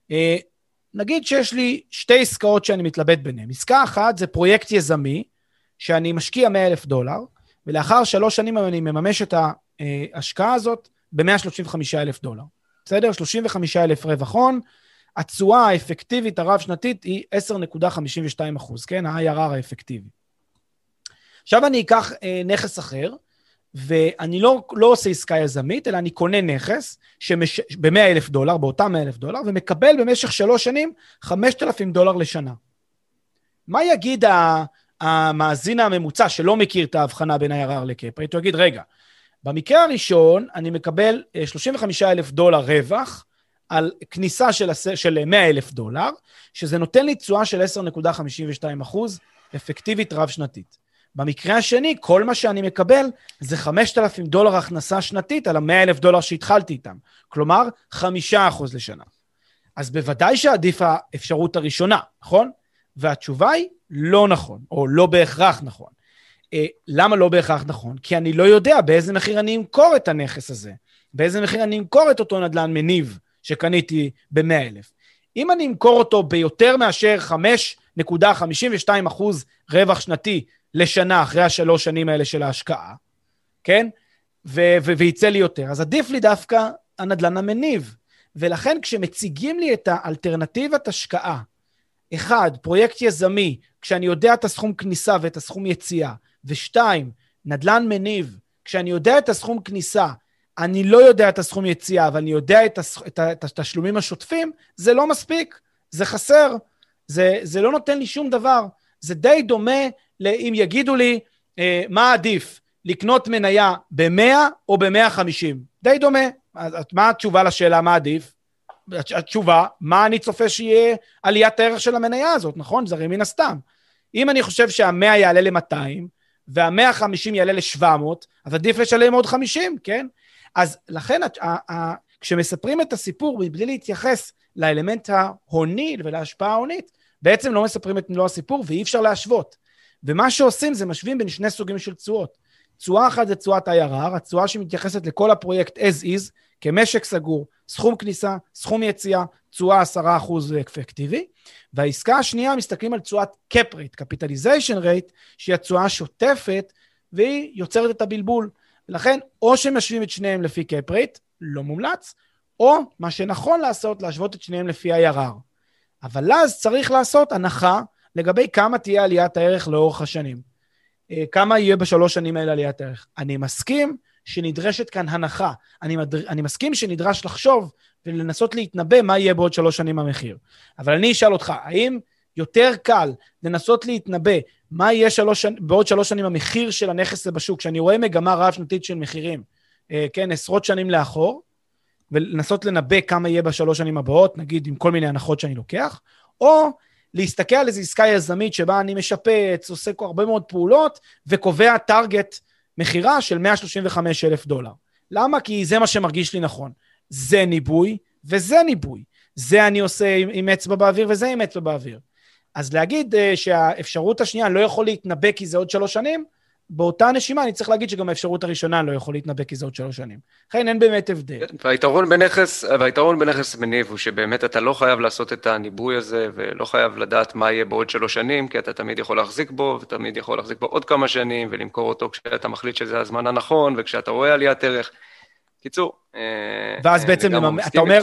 נגיד שיש לי שתי עסקאות שאני מתלבט ביניהן. עסקה אחת זה פרויקט יזמי, שאני משקיע מאה אלף דולר, ולאחר שלוש שנים אני מממש את ההשקעה הזאת ב-מאה שלושים וחמישה אלף דולר. בסדר? שלושים וחמישה אלף רווח הון, התשואה האפקטיבית הרב-שנתית היא עשר נקודה חמישים ושתיים אחוז, כן? ה-איי אר אר האפקטיבי. עכשיו אני אקח אה, נכס אחר, ואני לא, לא עושה עסקה יזמית, אלא אני קונה נכס שמש... ב-מאה אלף דולר, באותם מאה אלף דולר, ומקבל במשך שלוש שנים חמשת אלפים דולר לשנה. מה יגיד המאזין הממוצע שלא מכיר את ההבחנה בין איי אר אר לקאפ רייט? הוא יגיד, רגע, במקרה הראשון אני מקבל שלושים וחמישה אלף דולר רווח, על כניסה של, של מאה אלף דולר, שזה נותן לי תשואה של עשר נקודה חמישים ושתיים אחוז אפקטיבית רב-שנתית. במקרה השני, כל מה שאני מקבל זה חמשת אלפים דולר הכנסה שנתית על ה-מאה אלף דולר שהתחלתי איתם. כלומר, חמישה אחוז לשנה. אז בוודאי שעדיף האפשרות הראשונה, נכון? והתשובה היא לא נכון, או לא בהכרח נכון. אה, למה לא בהכרח נכון? כי אני לא יודע באיזה מחיר אני אמכור את הנכס הזה, באיזה מחיר אני אמכור את אותו נדל"ן מניב שקניתי ב-מאה אלף. אם אני אמכור אותו ביותר מאשר חמש נקודה חמישים ושתיים אחוז רווח שנתי לשנה אחרי השלוש שנים האלה של ההשקעה, כן? ו- ו- ויצא לי יותר. אז עדיף לי דווקא הנדל"ן המניב. ולכן כשמציגים לי את האלטרנטיבת השקעה, אחד, פרויקט יזמי, כשאני יודע את הסכום כניסה ואת הסכום יציאה, ושתיים, נדל"ן מניב, כשאני יודע את הסכום כניסה, אני לא יודע את הסכום יציאה, אבל אני יודע את, הס... את, ה... את התשלומים השוטפים, זה לא מספיק, זה חסר, זה, זה לא נותן לי שום דבר. זה די דומה אם יגידו לי, אה, מה עדיף, לקנות מניה ב-מאה או ב-מאה וחמישים. די דומה. אז מה התשובה לשאלה מה עדיף? התשובה, מה אני צופה שיהיה עליית הערך של המניה הזאת, נכון? זה הרי מן הסתם. אם אני חושב שה-מאה יעלה ל-מאתיים, וה-מאה וחמישים יעלה ל-שבע מאות, אז עדיף לשלם עוד חמישים, כן? אז לכן, כשמספרים את הסיפור, בלי להתייחס לאלמנט ההוני ולהשפעה ההונית, בעצם לא מספרים את מלוא הסיפור, ואי אפשר להשוות. ומה שעושים זה משווים בין שני סוגים של תשואות. תשואה אחת זה תשואת איי אר אר, התשואה שמתייחסת לכל הפרויקט as is, כמשק סגור, סכום כניסה, סכום יציאה, תשואה עשרה אחוז אפקטיבי, והעסקה השנייה מסתכלים על תשואת cap rate, capitalization rate, שהיא התשואה השוטפת, והיא יוצרת את הבלבול. לכן, או שמשווים את שניהם לפי cap rate, לא מומלץ, או מה שנכון לעשות, להשוות את שניהם לפי איי אר אר. אבל אז צריך לעשות הנחה לגבי כמה תהיה עליית הערך לאורך השנים. כמה יהיה בשלוש שנים האלה עליית הערך. אני מסכים שנדרשת כאן הנחה. אני, מדר... אני מסכים שנדרש לחשוב ולנסות להתנבא מה יהיה בעוד שלוש שנים המחיר. אבל אני אשאל אותך, האם יותר קל לנסות להתנבא מה יהיה שלוש... בעוד שלוש שנים המחיר של הנכס בשוק, שאני רואה מגמה רב שנתית של מחירים, כן, עשרות שנים לאחור, ולנסות לנבא כמה יהיה בשלוש שנים הבאות, נגיד עם כל מיני הנחות שאני לוקח, או להסתכל על איזו עסקה יזמית שבה אני משפץ, עושה הרבה מאוד פעולות, וקובע טרגט מחירה של מאה שלושים וחמישה אלף דולר. למה? כי זה מה שמרגיש לי נכון. זה ניבוי, וזה ניבוי. זה אני עושה עם, עם אצבע באוויר, וזה עם אצבע באוויר. אז להגיד uh, שהאפשרות השנייה לא יכול להתנבא כי זה עוד שלוש שנים, באותה נשימה אני צריך להגיד שגם האפשרות הראשונה לא יכול להתנבא כי זה עוד שלוש שנים. לכן אין באמת הבדל. והיתרון בנכס, והיתרון בנכס מניב הוא שבאמת אתה לא חייב לעשות את הניבוי הזה, ולא חייב לדעת מה יהיה בעוד שלוש שנים, כי אתה תמיד יכול להחזיק בו, ותמיד יכול להחזיק בו עוד כמה שנים, ולמכור אותו כשאתה מחליט שזה הזמן הנכון, וכשאתה רואה עליית ערך. קיצור, ואז בעצם אתה אומר,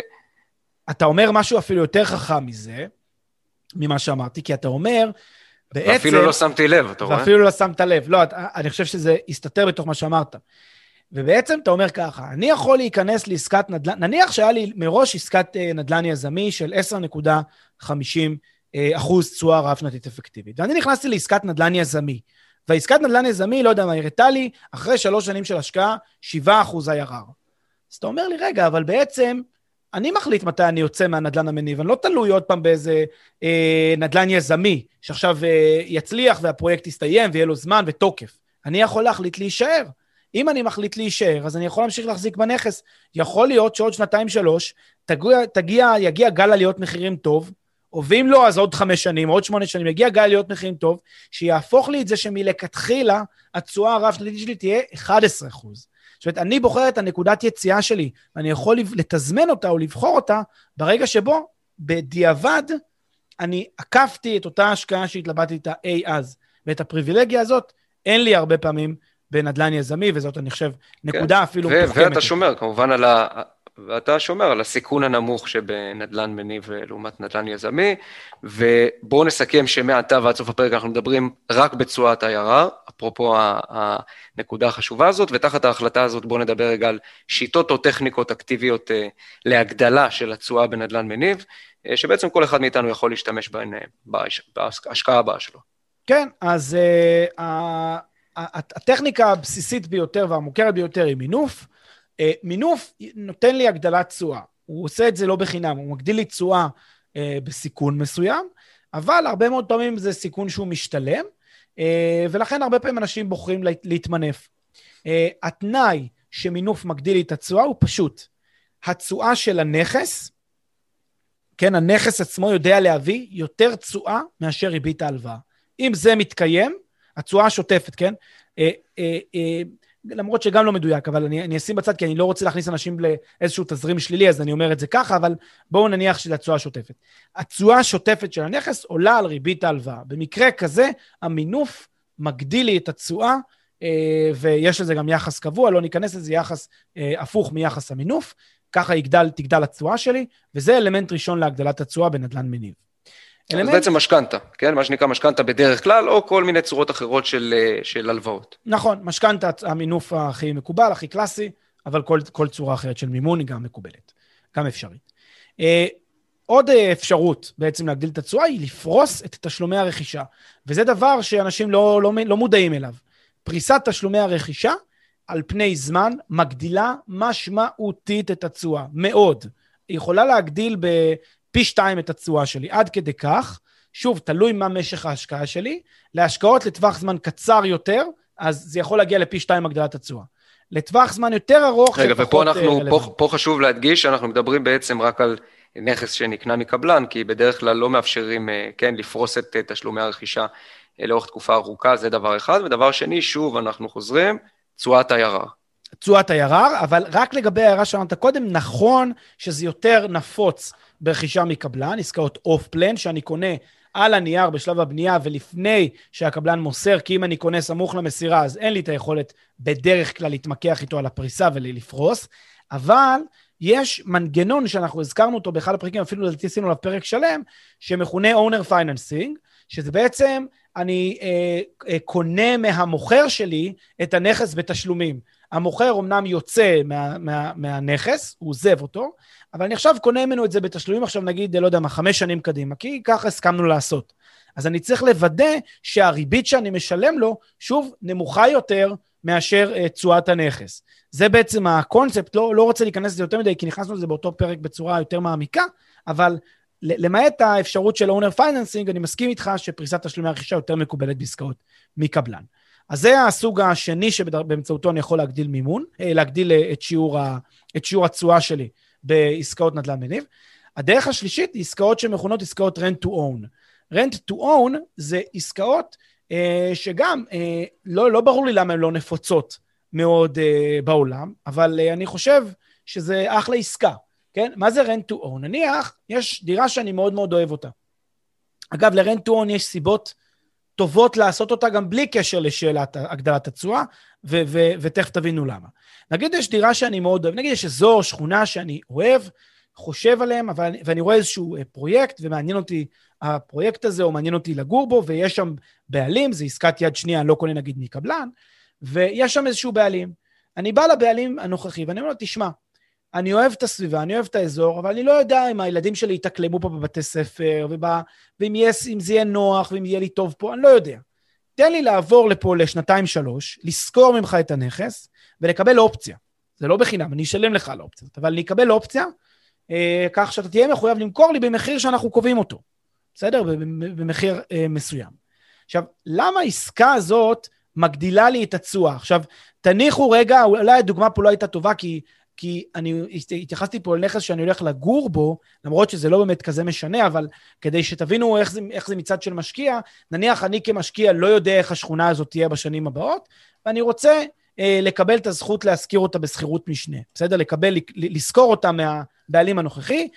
אתה אומר משהו אפילו יותר חכם מזה, ממה שאמרתי, כי אתה אומר, בעצם, ואפילו לא שמתי לב, אתה רואה? ואפילו לא שמת לב. לא, אני חושב שזה יסתתר בתוך מה שאמרת. ובעצם אתה אומר ככה, אני יכול להיכנס לעסקת נדל"ן, נניח שהיה לי מראש עסקת נדל"ן יזמי של עשר נקודה חמישים אחוז תשואה רב שנתית אפקטיבית. ואני נכנסתי לעסקת נדל"ן יזמי, והעסקת נדל"ן יזמי, לא יודע מה, הראתה לי, אחרי שלוש שנים של השקעה, שבעה אחוז איי אר אר. אז אתה אומר לי, רגע, אבל בעצם, אני מחליט מתי אני יוצא מהנדל"ן המניב, אני לא תלוי עוד פעם באיזה אה, נדל"ן יזמי, שעכשיו אה, יצליח והפרויקט יסתיים ויהיה לו זמן ותוקף. אני יכול להחליט להישאר. אם אני מחליט להישאר, אז אני יכול להמשיך להחזיק בנכס. יכול להיות שעוד שנתיים שלוש, תגיע, תגיע, יגיע גל עליות מחירים טוב, ואם לא, אז עוד חמש שנים, עוד שמונה שנים, יגיע גל עליות מחירים טוב, שיהפוך לי את זה שמלכתחילה, התשואה הרב שנתית שלי תהיה אחד עשר אחוז. זאת אומרת, אני בוחר את הנקודת יציאה שלי, ואני יכול לתזמן אותה או לבחור אותה, ברגע שבו, בדיעבד, אני עקפתי את אותה השקעה שהתלבטתי איתה אי אז, ואת הפריבילגיה הזאת, אין לי הרבה פעמים בנדל"ן יזמי, וזאת אני חושב נקודה אפילו מתוחכמת. ואתה שומר כמובן על ה... ואתה שומר על הסיכון הנמוך שבנדל"ן מניב לעומת נדל"ן יזמי, ובואו נסכם שמעתה ועד סוף הפרק אנחנו מדברים רק בתשואת איי אר אר, אפרופו הנקודה החשובה הזאת, ותחת ההחלטה הזאת בואו נדבר רגע על שיטות או טכניקות אקטיביות להגדלה של התשואה בנדל"ן מניב, שבעצם כל אחד מאיתנו יכול להשתמש בהן בהשקעה הבאה שלו. כן, אז uh, הטכניקה הבסיסית ביותר והמוכרת ביותר היא מינוף, מינוף נותן לי הגדלת תשואה, הוא עושה את זה לא בחינם, הוא מגדיל לי תשואה אה, בסיכון מסוים, אבל הרבה מאוד פעמים זה סיכון שהוא משתלם, אה, ולכן הרבה פעמים אנשים בוחרים לה, להתמנף. אה, התנאי שמינוף מגדיל לי את התשואה הוא פשוט, התשואה של הנכס, כן, הנכס עצמו יודע להביא יותר תשואה מאשר ריבית ההלוואה. אם זה מתקיים, התשואה השוטפת, כן, אה, אה, אה, למרות שגם לא מדויק, אבל אני, אני אשים בצד, כי אני לא רוצה להכניס אנשים לאיזשהו תזרים שלילי, אז אני אומר את זה ככה, אבל בואו נניח שזה התשואה השוטפת. התשואה השוטפת של הנכס עולה על ריבית ההלוואה. במקרה כזה, המינוף מגדיל לי את התשואה, אה, ויש לזה גם יחס קבוע, לא ניכנס לזה יחס אה, הפוך מיחס המינוף, ככה יגדל, תגדל התשואה שלי, וזה אלמנט ראשון להגדלת התשואה בנדל"ן מניב. אז בעצם משכנתה, כן? מה שנקרא משכנתה בדרך כלל, או כל מיני צורות אחרות של, של הלוואות. נכון, משכנתה, המינוף הכי מקובל, הכי קלאסי, אבל כל, כל צורה אחרת של מימון היא גם מקובלת, גם אפשרית. אה, עוד אפשרות בעצם להגדיל את התשואה היא לפרוס את תשלומי הרכישה, וזה דבר שאנשים לא, לא, לא מודעים אליו. פריסת תשלומי הרכישה על פני זמן מגדילה משמעותית את התשואה, מאוד. היא יכולה להגדיל בפי שתיים את התשואה שלי, עד כדי כך, שוב, תלוי מה משך ההשקעה שלי, להשקעות לטווח זמן קצר יותר, אז זה יכול להגיע לפי שתיים הגדלת התשואה. לטווח זמן יותר ארוך, רגע, ופה אנחנו, פה, פה חשוב להדגיש, שאנחנו מדברים בעצם רק על נכס שנקנה מקבלן, כי בדרך כלל לא מאפשרים, כן, לפרוס את תשלומי הרכישה לאורך תקופה ארוכה, זה דבר אחד, ודבר שני, שוב, אנחנו חוזרים, תשואת I R R. תשואת I R R, אבל רק לגבי ההערה שאמרת קודם, נכון שזה יותר נפוץ ברכישה מקבלן, עסקאות אוף פלן, שאני קונה על הנייר בשלב הבנייה, ולפני שהקבלן מוסר, כי אם אני קונה סמוך למסירה, אז אין לי את היכולת בדרך כלל להתמקח איתו על הפריסה ולפרוס, אבל יש מנגנון שאנחנו הזכרנו אותו באחד הפרקים, אפילו עשינו עליו פרק שלם, שמכונה owner financing, שזה בעצם אני אה, אה, קונה מהמוכר שלי את הנכס בתשלומים. המוכר אומנם יוצא מה, מה, מהנכס, הוא עוזב אותו, אבל אני עכשיו קונה ממנו את זה בתשלומים, עכשיו נגיד, לא יודע מה, חמש שנים קדימה, כי ככה הסכמנו לעשות. אז אני צריך לוודא שהריבית שאני משלם לו, שוב, נמוכה יותר מאשר uh, תשואת הנכס. זה בעצם הקונספט, לא, לא רוצה להיכנס לזה יותר מדי, כי נכנסנו לזה באותו פרק בצורה יותר מעמיקה, אבל למעט האפשרות של owner financing, אני מסכים איתך שפריסת תשלומי הרכישה יותר מקובלת בעסקאות מקבלן. אז זה הסוג השני שבאמצעותו אני יכול להגדיל מימון, להגדיל את שיעור, את שיעור התשואה שלי בעסקאות נדל"ן מניב. הדרך השלישית היא עסקאות שמכונות עסקאות rent to own. rent to own זה עסקאות אה, שגם אה, לא, לא ברור לי למה הן לא נפוצות מאוד אה, בעולם, אבל אה, אני חושב שזה אחלה עסקה. כן? מה זה rent to own? נניח, יש דירה שאני מאוד מאוד אוהב אותה. אגב, ל-rent to own יש סיבות טובות לעשות אותה גם בלי קשר לשאלת הגדלת התשואה, ו- ו- ותכף תבינו למה. נגיד יש דירה שאני מאוד אוהב, נגיד יש אזור, שכונה שאני אוהב, חושב עליהם, אבל, ואני רואה איזשהו פרויקט, ומעניין אותי הפרויקט הזה, או מעניין אותי לגור בו, ויש שם בעלים, זה עסקת יד שנייה, אני לא קונה נגיד מקבלן, ויש שם איזשהו בעלים. אני בא לבעלים הנוכחי, ואני אומר לו, תשמע, אני אוהב את הסביבה, אני אוהב את האזור, אבל אני לא יודע אם הילדים שלי יתקלמו פה בבתי ספר, ובא, ואם יהיה, אם זה יהיה נוח, ואם יהיה לי טוב פה, אני לא יודע. תן לי לעבור לפה לשנתיים שלוש, לזכור ממך את הנכס, ולקבל אופציה. זה לא בחינם, אני אשלם לך על האופציות, אבל לקבל אופציה, אה, כך שאתה תהיה מחויב למכור לי במחיר שאנחנו קובעים אותו. בסדר? במחיר אה, מסוים. עכשיו, למה העסקה הזאת מגדילה לי את התשואה? עכשיו, תניחו רגע, אולי הדוגמה פה לא הייתה טובה, כי כי אני התייחסתי פה לנכס שאני הולך לגור בו, למרות שזה לא באמת כזה משנה, אבל כדי שתבינו איך זה, איך זה מצד של משקיע, נניח אני כמשקיע לא יודע איך השכונה הזאת תהיה בשנים הבאות, ואני רוצה אה, לקבל את הזכות להשכיר אותה בסחירות משנה, בסדר? לקבל, לזכור אותה מהבעלים הנוכחי,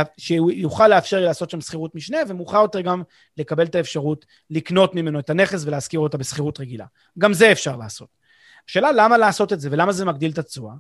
שיוכל לאפשר לי לעשות שם סחירות משנה, ומאוחר יותר גם לקבל את האפשרות לקנות ממנו את הנכס ולהשכיר אותה בסחירות רגילה. גם זה אפשר לעשות. השאלה למה לעשות את זה ולמה זה מגדיל את התשואה?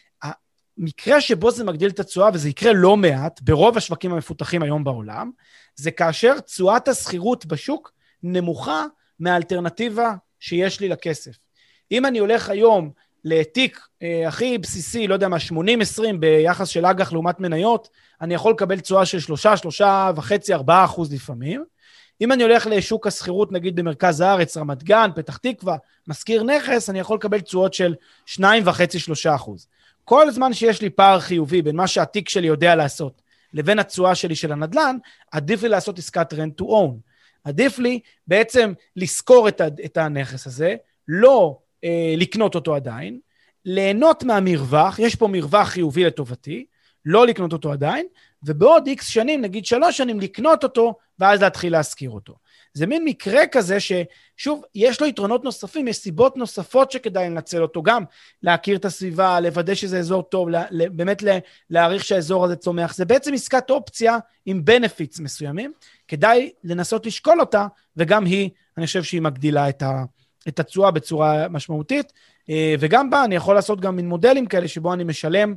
מקרה שבו זה מגדיל את התשואה, וזה יקרה לא מעט, ברוב השווקים המפותחים היום בעולם, זה כאשר תשואת הסחירות בשוק נמוכה מהאלטרנטיבה שיש לי לכסף. אם אני הולך היום לתיק אה, הכי בסיסי, לא יודע מה, שמונים עשרים ביחס של אג"ח לעומת מניות, אני יכול לקבל תשואה של שלושה, שלושה וחצי, ארבעה אחוז לפעמים. אם אני הולך לשוק הסחירות, נגיד במרכז הארץ, רמת גן, פתח תקווה, מזכיר נכס, אני יכול לקבל תשואות של שניים וחצי, שלושה אחוז. כל זמן שיש לי פער חיובי בין מה שהתיק שלי יודע לעשות לבין התשואה שלי של הנדלן, עדיף לי לעשות עסקת rent to own. עדיף לי בעצם לזכור את, את הנכס הזה, לא אה, לקנות אותו עדיין, ליהנות מהמרווח, יש פה מרווח חיובי לטובתי, לא לקנות אותו עדיין, ובעוד איקס שנים, נגיד שלוש שנים, לקנות אותו, ואז להתחיל להזכיר אותו. זה מין מקרה כזה ששוב, יש לו יתרונות נוספים, יש סיבות נוספות שכדאי לנצל אותו, גם להכיר את הסביבה, לוודא שזה אזור טוב, באמת להעריך שהאזור הזה צומח. זה בעצם עסקת אופציה עם בנפיץ מסוימים, כדאי לנסות לשקול אותה, וגם היא, אני חושב שהיא מגדילה את ה... את התשואה בצורה משמעותית, וגם בה אני יכול לעשות גם מין מודלים כאלה, שבו אני משלם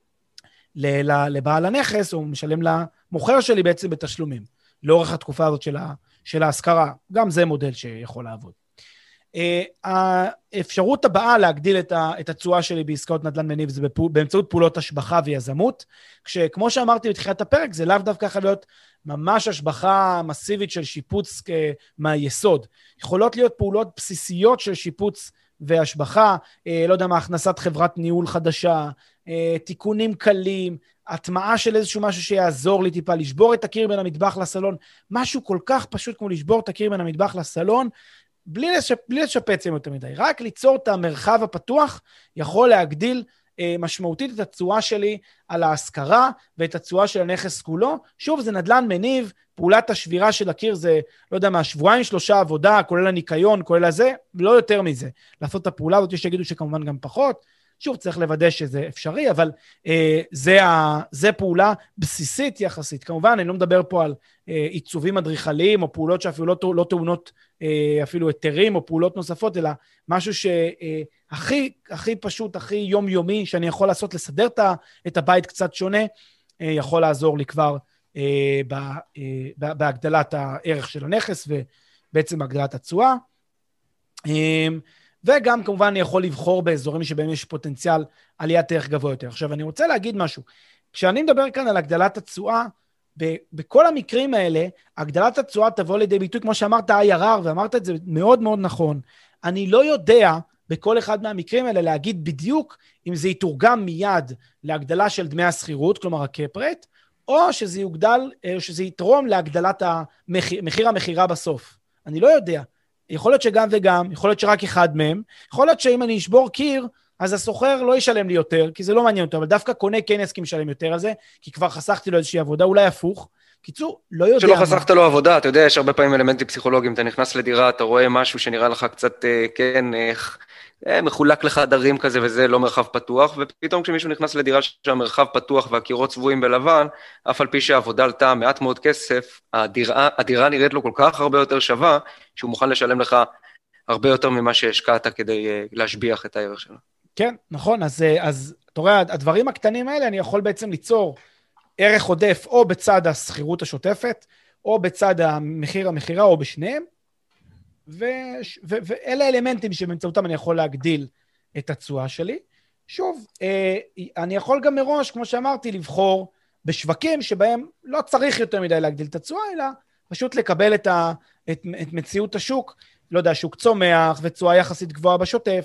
לבעל הנכס, או משלם למוכר שלי בעצם בתשלומים, לאורך התקופה הזאת של, ה, של ההשכרה. גם זה מודל שיכול לעבוד. האפשרות הבאה להגדיל את התשואה שלי בעסקאות נדל"ן מניב זה באמצעות פעולות השבחה ויזמות, כשכמו שאמרתי בתחילת הפרק, זה לאו דווקא יכול להיות ממש השבחה מסיבית של שיפוץ מהיסוד. יכולות להיות פעולות בסיסיות של שיפוץ והשבחה, לא יודע מה, הכנסת חברת ניהול חדשה, תיקונים קלים, הטמעה של איזשהו משהו שיעזור לי טיפה, לשבור את הקיר בין המטבח לסלון, משהו כל כך פשוט כמו לשבור את הקיר בין המטבח לסלון, בלי, לשפ... בלי לשפץ יותר מדי, רק ליצור את המרחב הפתוח, יכול להגדיל אה, משמעותית את התשואה שלי על ההשכרה, ואת התשואה של הנכס כולו. שוב, זה נדל"ן מניב, פעולת השבירה של הקיר זה, לא יודע מה, שבועיים שלושה עבודה, כולל הניקיון, כולל הזה, לא יותר מזה. לעשות את הפעולה הזאת, יש שיגידו שכמובן גם פחות, שוב, צריך לוודא שזה אפשרי, אבל אה, זה, ה, זה פעולה בסיסית יחסית. כמובן, אני לא מדבר פה על אה, עיצובים אדריכליים, או פעולות שאפילו לא, לא טעונות אה, אפילו היתרים, או פעולות נוספות, אלא משהו שהכי הכי פשוט, הכי יומיומי, שאני יכול לעשות, לסדר את, את הבית קצת שונה, אה, יכול לעזור לי כבר אה, ב, אה, בהגדלת הערך של הנכס, ובעצם בהגדלת התשואה. אה, וגם כמובן אני יכול לבחור באזורים שבהם יש פוטנציאל עליית ערך גבוה יותר. עכשיו, אני רוצה להגיד משהו. כשאני מדבר כאן על הגדלת התשואה, בכל המקרים האלה, הגדלת התשואה תבוא לידי ביטוי, כמו שאמרת, איי אר אר, ואמרת את זה מאוד מאוד נכון. אני לא יודע בכל אחד מהמקרים האלה להגיד בדיוק אם זה יתורגם מיד להגדלה של דמי הסחירות, כלומר הקפרט, או שזה יוגדל, או שזה יתרום להגדלת המחיר, מחיר המחירה בסוף. אני לא יודע. יכול להיות שגם וגם, יכול להיות שרק אחד מהם, יכול להיות שאם אני אשבור קיר, אז הסוחר לא ישלם לי יותר, כי זה לא מעניין אותו, אבל דווקא קונה כן יסכים לשלם יותר על זה, כי כבר חסכתי לו איזושהי עבודה, אולי הפוך. קיצור, לא יודע. שלא חסכת לו עבודה, אתה יודע, יש הרבה פעמים אלמנטים פסיכולוגיים, אתה נכנס לדירה, אתה רואה משהו שנראה לך קצת, כן, מחולק לחדרים כזה, וזה לא מרחב פתוח, ופתאום כשמישהו נכנס לדירה שהמרחב פתוח והקירות צבועים בלבן, אף על פי שהעבודה עלתה מעט מאוד כסף, הדירה, הדירה נראית לו כל כך הרבה יותר שווה, שהוא מוכן לשלם לך הרבה יותר ממה שהשקעת כדי להשביח את הערך שלו. כן, נכון, אז, אז אתה רואה, הדברים הקטנים האלה, אני יכול בעצם ליצור ערך עודף, או בצד הסחירות השוטפת, או בצד המחיר המחירה, או בשניהם, ו, ו, ואלה אלמנטים שבאמצעותם אני יכול להגדיל את התשואה שלי. שוב, אני יכול גם מראש, כמו שאמרתי, לבחור בשווקים שבהם לא צריך יותר מדי להגדיל את התשואה, אלא פשוט לקבל את, ה, את, את מציאות השוק, לא יודע, שוק צומח ותשואה יחסית גבוהה בשוטף,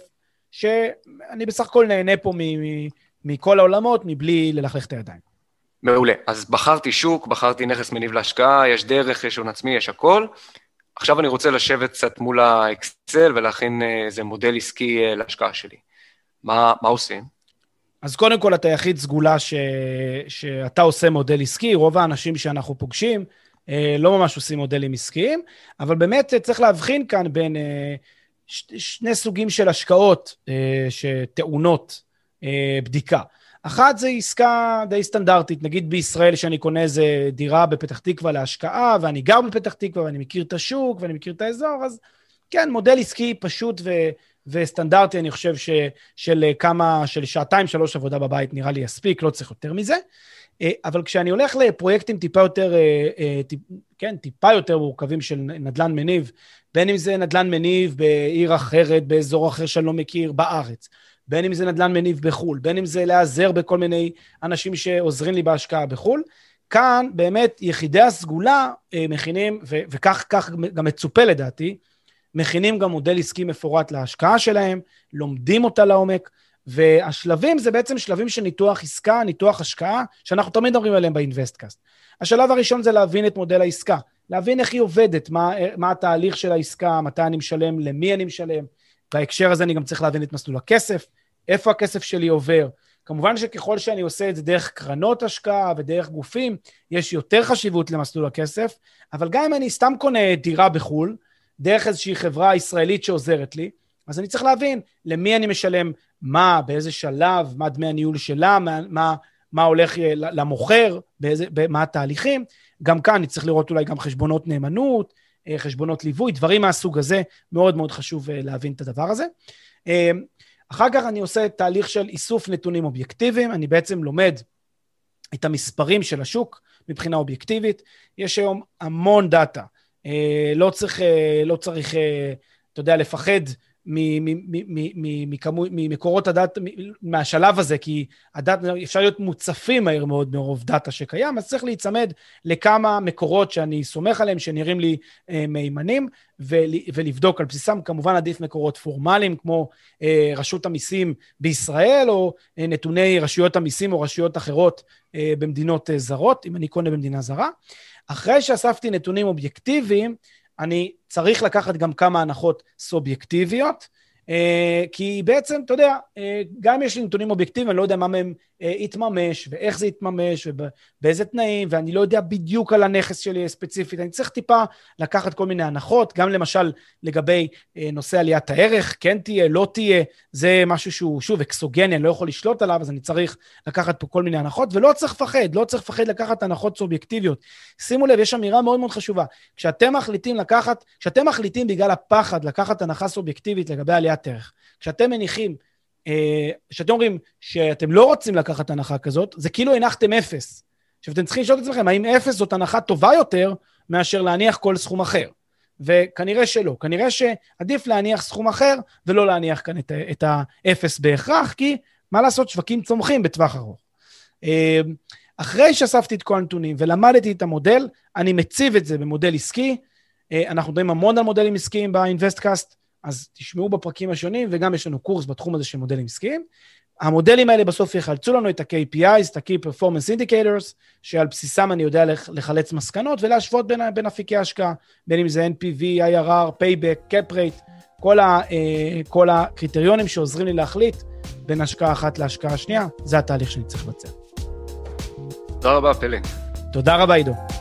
שאני בסך הכל נהנה פה מכל העולמות, מבלי ללכלך את הידיים. מעולה. אז בחרתי שוק, בחרתי נכס מניב להשקעה, יש דרך, יש הון עצמי, יש הכל. עכשיו אני רוצה לשבת קצת מול האקסל ולהכין איזה מודל עסקי להשקעה שלי. מה, מה עושים? אז קודם כל אתה יחיד סגולה ש... שאתה עושה מודל עסקי, רוב האנשים שאנחנו פוגשים לא ממש עושים מודלים עסקיים, אבל באמת צריך להבחין כאן בין שני סוגים של השקעות שטעונות בדיקה. אחת זה עסקה די סטנדרטית, נגיד בישראל שאני קונה איזה דירה בפתח תקווה להשקעה, ואני גר בפתח תקווה ואני מכיר את השוק ואני מכיר את האזור, אז כן, מודל עסקי פשוט ו... וסטנדרטי, אני חושב ש... של כמה, של שעתיים, שלוש עבודה בבית נראה לי יספיק, לא צריך יותר מזה. אבל כשאני הולך לפרויקטים טיפה יותר, טיפ... כן, טיפה יותר מורכבים של נדל"ן מניב, בין אם זה נדל"ן מניב בעיר אחרת, באזור אחר שאני לא מכיר, בארץ, בין אם זה נדל"ן מניב בחול, בין אם זה להיעזר בכל מיני אנשים שעוזרים לי בהשקעה בחול, כאן באמת יחידי הסגולה מכינים, ו- וכך כך גם מצופה לדעתי, מכינים גם מודל עסקי מפורט להשקעה שלהם, לומדים אותה לעומק, והשלבים זה בעצם שלבים של ניתוח עסקה, ניתוח השקעה, שאנחנו תמיד מדברים עליהם באינבסטקאסט. השלב הראשון זה להבין את מודל העסקה, להבין איך היא עובדת, מה, מה התהליך של העסקה, מתי אני משלם, למי אני משלם, בהקשר הזה אני גם צריך להבין את מסלול הכסף, איפה הכסף שלי עובר. כמובן שככל שאני עושה את זה דרך קרנות השקעה ודרך גופים, יש יותר חשיבות למסלול הכסף, אבל גם אם אני סתם קונה דירה בחול, דרך איזושהי חברה ישראלית שעוזרת לי, אז אני צריך להבין למי אני משלם, מה, באיזה שלב, מה דמי הניהול שלה, מה, מה, מה הולך למוכר, באיזה, מה התהליכים. גם כאן אני צריך לראות אולי גם חשבונות נאמנות, חשבונות ליווי, דברים מהסוג הזה, מאוד מאוד חשוב להבין את הדבר הזה. אחר כך אני עושה תהליך של איסוף נתונים אובייקטיביים, אני בעצם לומד את המספרים של השוק מבחינה אובייקטיבית, יש היום המון דאטה, לא צריך, לא צריך אתה יודע, לפחד ממקורות הדת, מהשלב הזה, כי הדת, אפשר להיות מוצפים מהר מאוד מרוב דאטה שקיים, אז צריך להיצמד לכמה מקורות שאני סומך עליהם, שנראים לי מהימנים, ולבדוק על בסיסם, כמובן עדיף מקורות פורמליים, כמו רשות המיסים בישראל, או נתוני רשויות המיסים או רשויות אחרות במדינות זרות, אם אני קונה במדינה זרה. אחרי שאספתי נתונים אובייקטיביים, אני צריך לקחת גם כמה הנחות סובייקטיביות, כי בעצם, אתה יודע, גם יש לי נתונים אובייקטיביים, אני לא יודע מה מהם יתממש, ואיך זה יתממש, ובאיזה תנאים, ואני לא יודע בדיוק על הנכס שלי ספציפית, אני צריך טיפה לקחת כל מיני הנחות, גם למשל לגבי נושא עליית הערך, כן תהיה, לא תהיה, זה משהו שהוא, שוב, אקסוגני, אני לא יכול לשלוט עליו, אז אני צריך לקחת פה כל מיני הנחות, ולא צריך לפחד, לא צריך לפחד לקחת הנחות סובייקטיביות. שימו לב, יש אמירה מאוד מאוד חשובה, כשאתם מחליטים לקחת, כשאתם מחליטים בגלל הפחד לקחת הנחה סובייקטיבית לגבי עליית ערך, כשאתם מניחים, כשאתם אומרים שאתם לא רוצים לקחת הנחה כזאת, זה כאילו הנחתם אפס. עכשיו אתם צריכים לשאול את עצמכם, האם אפס זאת הנחה טובה יותר מאשר להניח כל סכום אחר? וכנראה שלא. כנראה שעדיף להניח סכום אחר, ולא להניח כאן את, את האפס בהכרח, כי מה לעשות, שווקים צומחים בטווח ארוך. אחרי שאספתי את כל הנתונים ולמדתי את המודל, אני מציב את זה במודל עסקי, אנחנו מדברים המון על מודלים עסקיים באינבסטקאסט, אז תשמעו בפרקים השונים, וגם יש לנו קורס בתחום הזה של מודלים עסקיים. המודלים האלה בסוף יחלצו לנו את ה-קיי פי איז, את ה-Key Performance Indicators, שעל בסיסם אני יודע לחלץ מסקנות, ולהשוות בין, בין אפיקי ההשקעה, בין אם זה אן פי וי, איי אר אר, Payback, Cap Rate, כל, ה, כל הקריטריונים שעוזרים לי להחליט בין השקעה אחת להשקעה השנייה, זה התהליך שאני צריך לבצע. תודה רבה, פלג. תודה רבה, עידו.